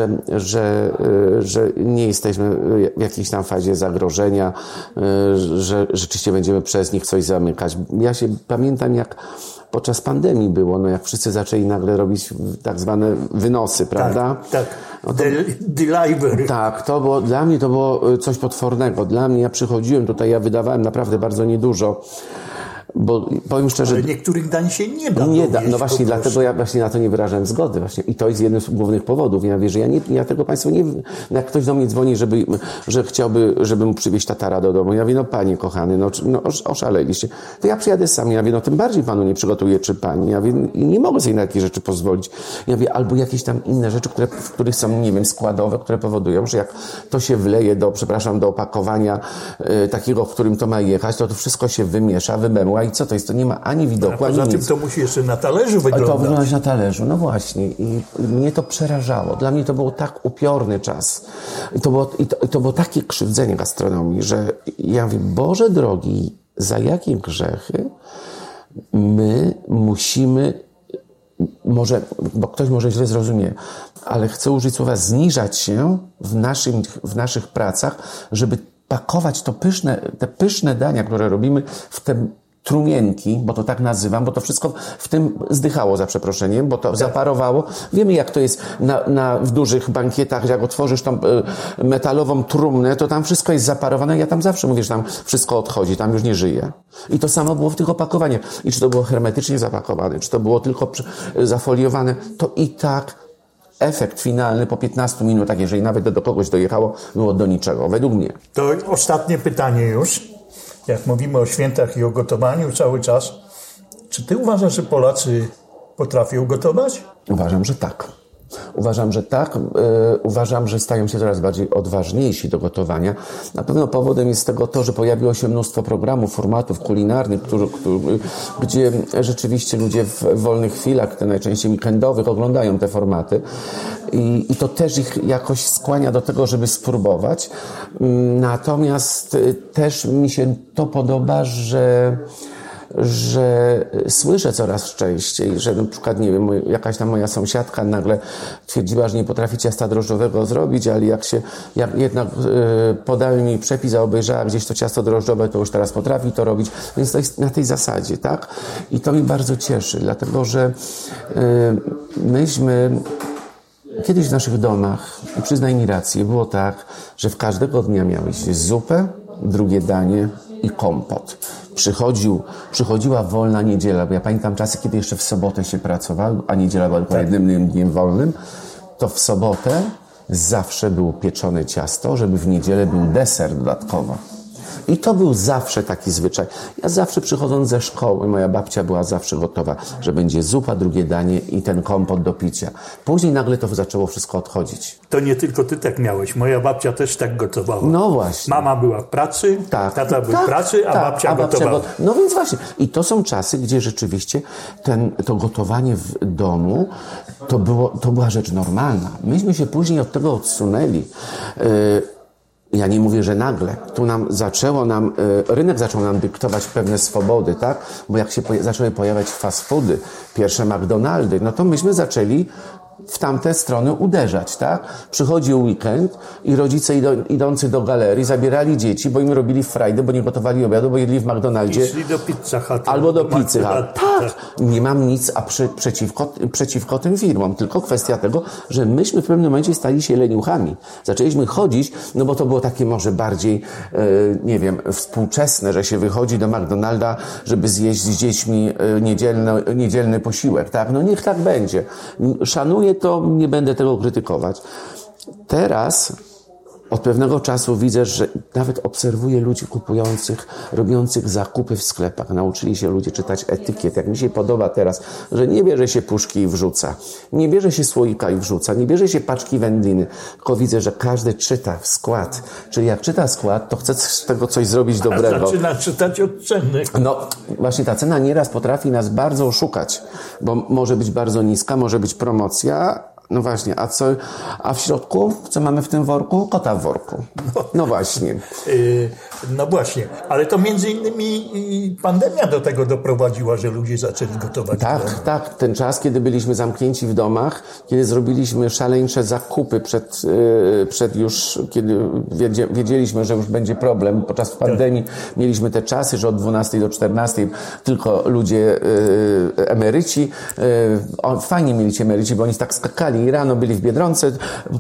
że nie jesteśmy w jakiejś tam fazie zagrożenia, że rzeczywiście będziemy przez nich coś zamykać. Ja się pamiętam, jak podczas pandemii było, no jak wszyscy zaczęli nagle robić tak zwane wynosy, prawda? Tak. No to, delivery. Tak, dla mnie to było coś potwornego. Dla mnie, ja przychodziłem tutaj, ja wydawałem naprawdę bardzo niedużo, bo powiem szczerze... Ale niektórych dań się nie da. No właśnie, dlatego ja właśnie na to nie wyrażałem zgody właśnie. I to jest jeden z głównych powodów. Ja mówię, że ja tego Państwu nie... Jak ktoś do mnie dzwoni, że chciałby, żeby mu przywieźć tatara do domu. Ja mówię, no panie kochany, no oszaleliście. To ja przyjadę sam. Ja mówię, no tym bardziej panu nie przygotuję, czy pani. Ja mówię, nie mogę sobie na takie rzeczy pozwolić. Ja mówię, albo jakieś tam inne rzeczy, w których są, nie wiem, składowe, które powodują, że jak to się wleje do opakowania takiego, w którym to ma jechać, to wszystko się wymiesza, wymemła i co to jest? To nie ma ani widoku, ani nic. Poza tym to musi jeszcze na talerzu wyglądać. To wyglądać na talerzu, no właśnie. I mnie to przerażało. Dla mnie to był tak upiorny czas. I to było takie krzywdzenie gastronomii, że ja mówię, Boże drogi, za jakie grzechy my musimy, może, bo ktoś może źle zrozumie, ale chcę użyć słowa zniżać się w naszych pracach, żeby pakować te pyszne dania, które robimy w te trumienki, bo to tak nazywam, bo to wszystko w tym zdychało, za przeproszeniem, bo to zaparowało. Wiemy, jak to jest w dużych bankietach, jak otworzysz tą metalową trumnę, to tam wszystko jest zaparowane. Ja tam zawsze mówię, że tam wszystko odchodzi, tam już nie żyje. I to samo było w tych opakowaniach. I czy to było hermetycznie zapakowane, czy to było tylko zafoliowane, to i tak efekt finalny po 15 minutach, jeżeli nawet do kogoś dojechało, było do niczego, według mnie. To ostatnie pytanie już. Jak mówimy o świętach i o gotowaniu cały czas, czy ty uważasz, że Polacy potrafią gotować? Uważam, że tak. Uważam, że stają się coraz bardziej odważniejsi do gotowania. Na pewno powodem jest tego to, że pojawiło się mnóstwo programów, formatów kulinarnych, gdzie rzeczywiście ludzie w wolnych chwilach, te najczęściej weekendowych, oglądają te formaty. I to też ich jakoś skłania do tego, żeby spróbować. Natomiast też mi się to podoba, że słyszę coraz częściej, że na przykład, nie wiem, jakaś tam moja sąsiadka nagle twierdziła, że nie potrafi ciasta drożdżowego zrobić, ale jak jednak podały mi przepis, a obejrzała gdzieś to ciasto drożdżowe, to już teraz potrafi to robić. Więc to jest na tej zasadzie, tak? I to mnie bardzo cieszy, dlatego że myśmy kiedyś w naszych domach, i przyznaj mi rację, było tak, że w każdego dnia miałeś zupę, drugie danie i kompot. Przychodziła wolna niedziela, bo ja pamiętam czasy, kiedy jeszcze w sobotę się pracowało, a niedziela była tylko jednym dniem wolnym, to w sobotę zawsze było pieczone ciasto, żeby w niedzielę był deser dodatkowo. I to był zawsze taki zwyczaj. Ja zawsze przychodząc ze szkoły, moja babcia była zawsze gotowa, że będzie zupa, drugie danie i ten kompot do picia. Później nagle to zaczęło wszystko odchodzić. To nie tylko ty tak miałeś. Moja babcia też tak gotowała. No właśnie. Mama była w pracy, tata był w pracy, a babcia gotowała. No więc właśnie. I to są czasy, gdzie rzeczywiście to gotowanie w domu to była rzecz normalna. Myśmy się później od tego odsunęli. Ja nie mówię, że nagle. Tu rynek zaczął nam dyktować pewne swobody, tak? Bo jak się zaczęły pojawiać fast foody, pierwsze McDonaldy, no to myśmy zaczęli w tamte strony uderzać, tak? Przychodził weekend i rodzice idący do galerii zabierali dzieci, bo im robili frajdę, bo nie gotowali obiadu, bo jedli w McDonaldzie. Szli do Pizza Hut. Albo do Pizzy Hut. Tak! Nie mam nic przeciwko tym firmom, tylko kwestia tego, że myśmy w pewnym momencie stali się leniuchami. Zaczęliśmy chodzić, no bo to było takie może bardziej, nie wiem, współczesne, że się wychodzi do McDonalda, żeby zjeść z dziećmi niedzielny posiłek, tak? No niech tak będzie. Szanuję to, nie będę tego krytykować. Teraz od pewnego czasu widzę, że nawet obserwuję ludzi kupujących, robiących zakupy w sklepach. Nauczyli się ludzie czytać etykiet. Jak mi się podoba teraz, że nie bierze się puszki i wrzuca. Nie bierze się słoika i wrzuca. Nie bierze się paczki wędliny. Tylko widzę, że każdy czyta skład. Czyli jak czyta skład, to chce z tego coś zrobić dobrego. Zaczyna czytać od ceny. No właśnie ta cena nieraz potrafi nas bardzo oszukać. Bo może być bardzo niska, może być promocja. No właśnie, a w środku, co mamy w tym worku? Kota w worku. No właśnie. No właśnie, ale to między innymi pandemia do tego doprowadziła, że ludzie zaczęli gotować. Tak. Ten czas, kiedy byliśmy zamknięci w domach, kiedy zrobiliśmy szaleńcze zakupy przed już, kiedy wiedzieliśmy, że już będzie problem. Podczas pandemii mieliśmy te czasy, że od 12 do 14 tylko ludzie emeryci, fajnie mieli ci emeryci, bo oni tak skakali i rano byli w Biedronce,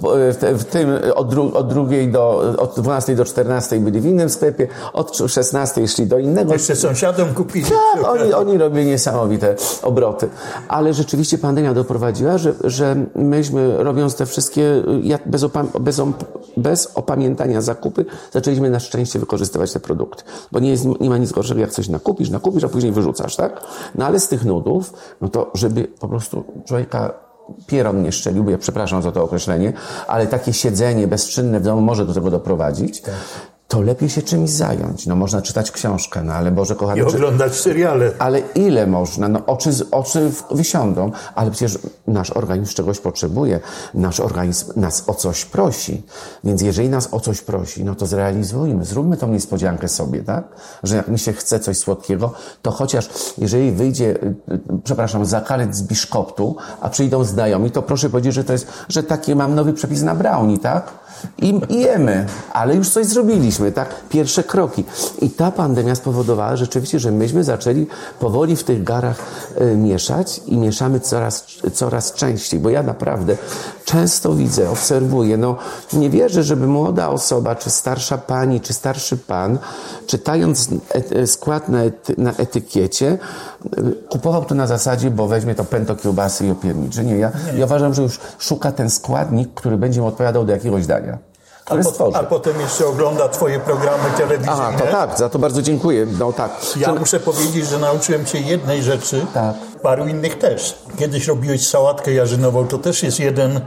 od 12 do 14 byli w innym sklepie, od 16 szli do innego. Jeszcze sąsiadom kupili. Tak, oni robili niesamowite obroty. Ale rzeczywiście pandemia doprowadziła, że myśmy, robiąc te wszystkie bez opamiętania zakupy, zaczęliśmy na szczęście wykorzystywać te produkty. Bo nie ma nic gorszego, jak coś nakupisz, a później wyrzucasz, tak? No ale z tych nudów, no to żeby po prostu człowieka pieron nie szczelił, bo ja przepraszam za to określenie, ale takie siedzenie bezczynne w domu może do tego doprowadzić, to lepiej się czymś zająć. No można czytać książkę, no ale Boże kochany... I oglądać seriale. Ale ile można? No oczy wysiądą, ale przecież nasz organizm czegoś potrzebuje. Nasz organizm nas o coś prosi. Więc jeżeli nas o coś prosi, no to zrealizujmy. Zróbmy tą niespodziankę sobie, tak? Że jak mi się chce coś słodkiego, to chociaż jeżeli wyjdzie, zakalec z biszkoptu, a przyjdą znajomi, to proszę powiedzieć, że taki mam nowy przepis na brownie, tak? I jemy, ale już coś zrobiliśmy, tak? Pierwsze kroki. I ta pandemia spowodowała rzeczywiście, że myśmy zaczęli powoli w tych garach mieszać i mieszamy coraz częściej, bo ja naprawdę często widzę, obserwuję, no nie wierzę, żeby młoda osoba, czy starsza pani, czy starszy pan, czytając skład na etykiecie, kupował to na zasadzie, bo weźmie to pęto kiełbasy i opierniczy. Nie, ja uważam, że już szuka ten składnik, który będzie mu odpowiadał do jakiegoś dania. A potem jeszcze ogląda twoje programy telewizyjne. Aha, to tak, za to bardzo dziękuję. No tak. Ja muszę powiedzieć, że nauczyłem się jednej rzeczy, paru innych też. Kiedyś robiłeś sałatkę jarzynową, to też jest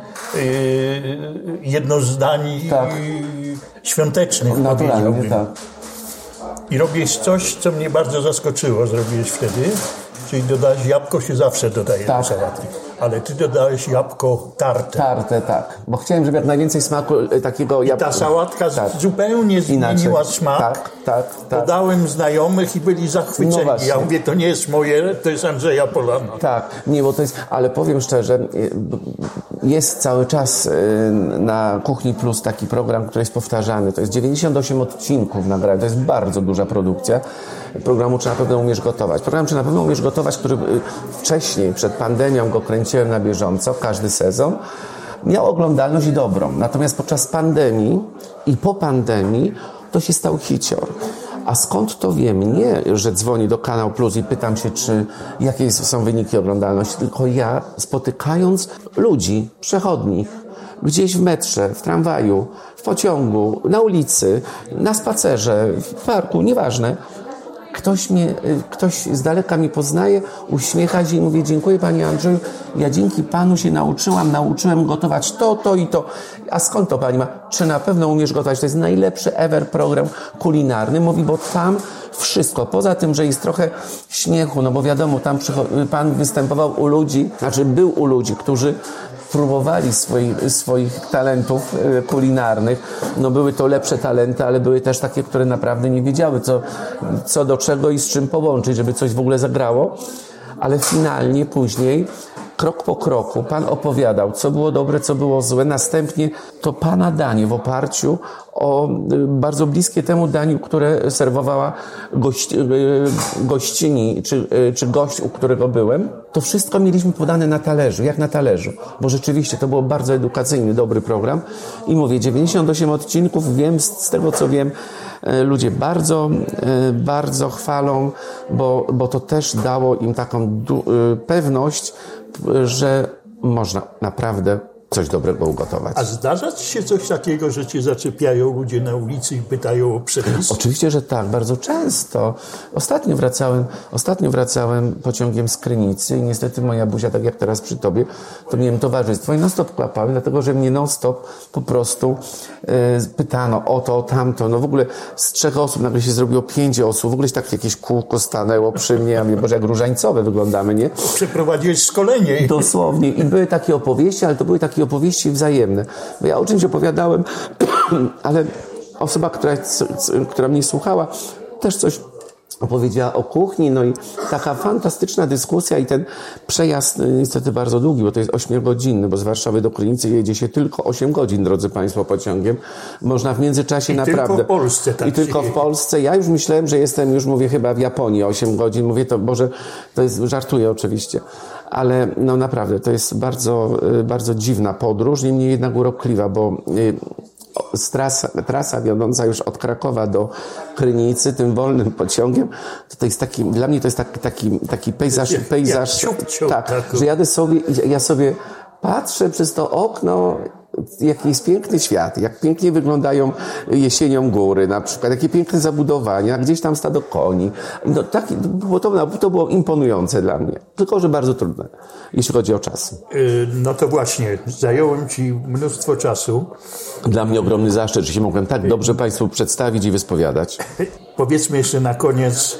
jedno z dań świątecznych. Naturalnie, tak. I robiłeś coś, co mnie bardzo zaskoczyło, zrobiłeś wtedy, czyli dodałeś jabłko, się zawsze dodaje do sałatki. Ale ty dodałeś jabłko tarte. Tarte, tak. Bo chciałem, żeby jak najwięcej smaku takiego jabłka. I ta sałatka zupełnie zmieniła smak. Tak. Dodałem znajomych i byli zachwyceni. No ja mówię, to nie jest moje, to jest Andrzeja Polana. Tak, nie, bo to jest, ale powiem szczerze, jest cały czas na Kuchni Plus taki program, który jest powtarzany. To jest 98 odcinków nagrania. To jest bardzo duża produkcja programu Czy na pewno umiesz gotować. Program Czy na pewno umiesz gotować, który wcześniej, przed pandemią go kręciłem na bieżąco, każdy sezon, miał oglądalność dobrą. Natomiast podczas pandemii i po pandemii to się stał hicior. A skąd to wiem? Nie, że dzwonię do Kanał Plus i pytam się, jakie są wyniki oglądalności, tylko ja, spotykając ludzi, przechodnich, gdzieś w metrze, w tramwaju, w pociągu, na ulicy, na spacerze, w parku, nieważne, ktoś z daleka mi poznaje, uśmiecha się i mówi: dziękuję Panie Andrzeju, ja dzięki Panu się nauczyłem gotować to i to. A skąd to Pani ma? Czy na pewno umiesz gotować? To jest najlepszy ever program kulinarny. Mówi, bo tam wszystko, poza tym, że jest trochę śmiechu, no bo wiadomo, tam Pan występował u ludzi, był u ludzi, którzy próbowali swoich talentów kulinarnych. No były to lepsze talenty, ale były też takie, które naprawdę nie wiedziały, co do czego i z czym połączyć, żeby coś w ogóle zagrało. Ale finalnie później krok po kroku Pan opowiadał, co było dobre, co było złe. Następnie to Pana danie w oparciu o bardzo bliskie temu daniu, które serwowała gościni, czy gość, u którego byłem. To wszystko mieliśmy podane na talerzu, jak na talerzu, bo rzeczywiście to był bardzo edukacyjny, dobry program. I mówię, 98 odcinków, wiem z tego, co wiem, ludzie bardzo, bardzo chwalą, bo to też dało im taką pewność, że można naprawdę coś dobrego ugotować. A zdarza ci się coś takiego, że cię zaczepiają ludzie na ulicy i pytają o przepis? Oczywiście, że tak, bardzo często. Ostatnio wracałem pociągiem z Krynicy i niestety moja buzia, tak jak teraz przy tobie, to miałem towarzystwo i non-stop kłapały, dlatego że mnie non-stop po prostu pytano o to, o tamto. No w ogóle z 3 osób nagle się zrobiło 5 osób. W ogóle tak jakieś kółko stanęło przy mnie. Ja mówię, Boże, jak różańcowe wyglądamy, nie? Przeprowadziłeś szkolenie. Dosłownie. I były takie opowieści, ale to były takie opowieści wzajemne. Bo ja o czymś opowiadałem, ale osoba, która mnie słuchała, też coś opowiedziała o kuchni, no i taka fantastyczna dyskusja i ten przejazd niestety bardzo długi, bo to jest 8-godzinny, bo z Warszawy do Krynicy jedzie się tylko 8 godzin, drodzy Państwo, pociągiem. Można w międzyczasie naprawdę... Tylko w Polsce tak. I tylko w Polsce. Ja już myślałem, że jestem już, mówię, chyba w Japonii 8 godzin. Mówię, to Boże, to jest, żartuję oczywiście. Ale no naprawdę, to jest bardzo, bardzo dziwna podróż, niemniej jednak urokliwa, bo trasa wiodąca już od Krakowa do Krynicy tym wolnym pociągiem, to jest taki, dla mnie to jest taki pejzaż, tak, że ja sobie patrzę przez to okno, jaki jest piękny świat, jak pięknie wyglądają jesienią góry, na przykład, jakie piękne zabudowania, gdzieś tam stado koni. No, to było imponujące dla mnie, tylko że bardzo trudne, jeśli chodzi o czas. No to właśnie, zająłem Ci mnóstwo czasu. Dla mnie ogromny zaszczyt, że się mogłem tak dobrze Państwu przedstawić i wyspowiadać. Powiedzmy jeszcze na koniec,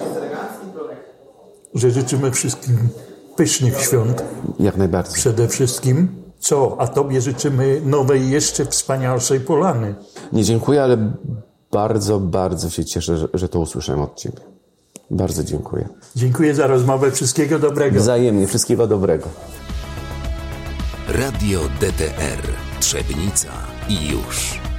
że życzymy wszystkim pysznych świąt. Jak najbardziej. Przede wszystkim. A Tobie życzymy nowej, jeszcze wspanialszej Polany. Nie dziękuję, ale bardzo, bardzo się cieszę, że to usłyszałem od Ciebie. Bardzo dziękuję. Dziękuję za rozmowę. Wszystkiego dobrego. Wzajemnie. Wszystkiego dobrego. Radio DTR Trzebnica i już.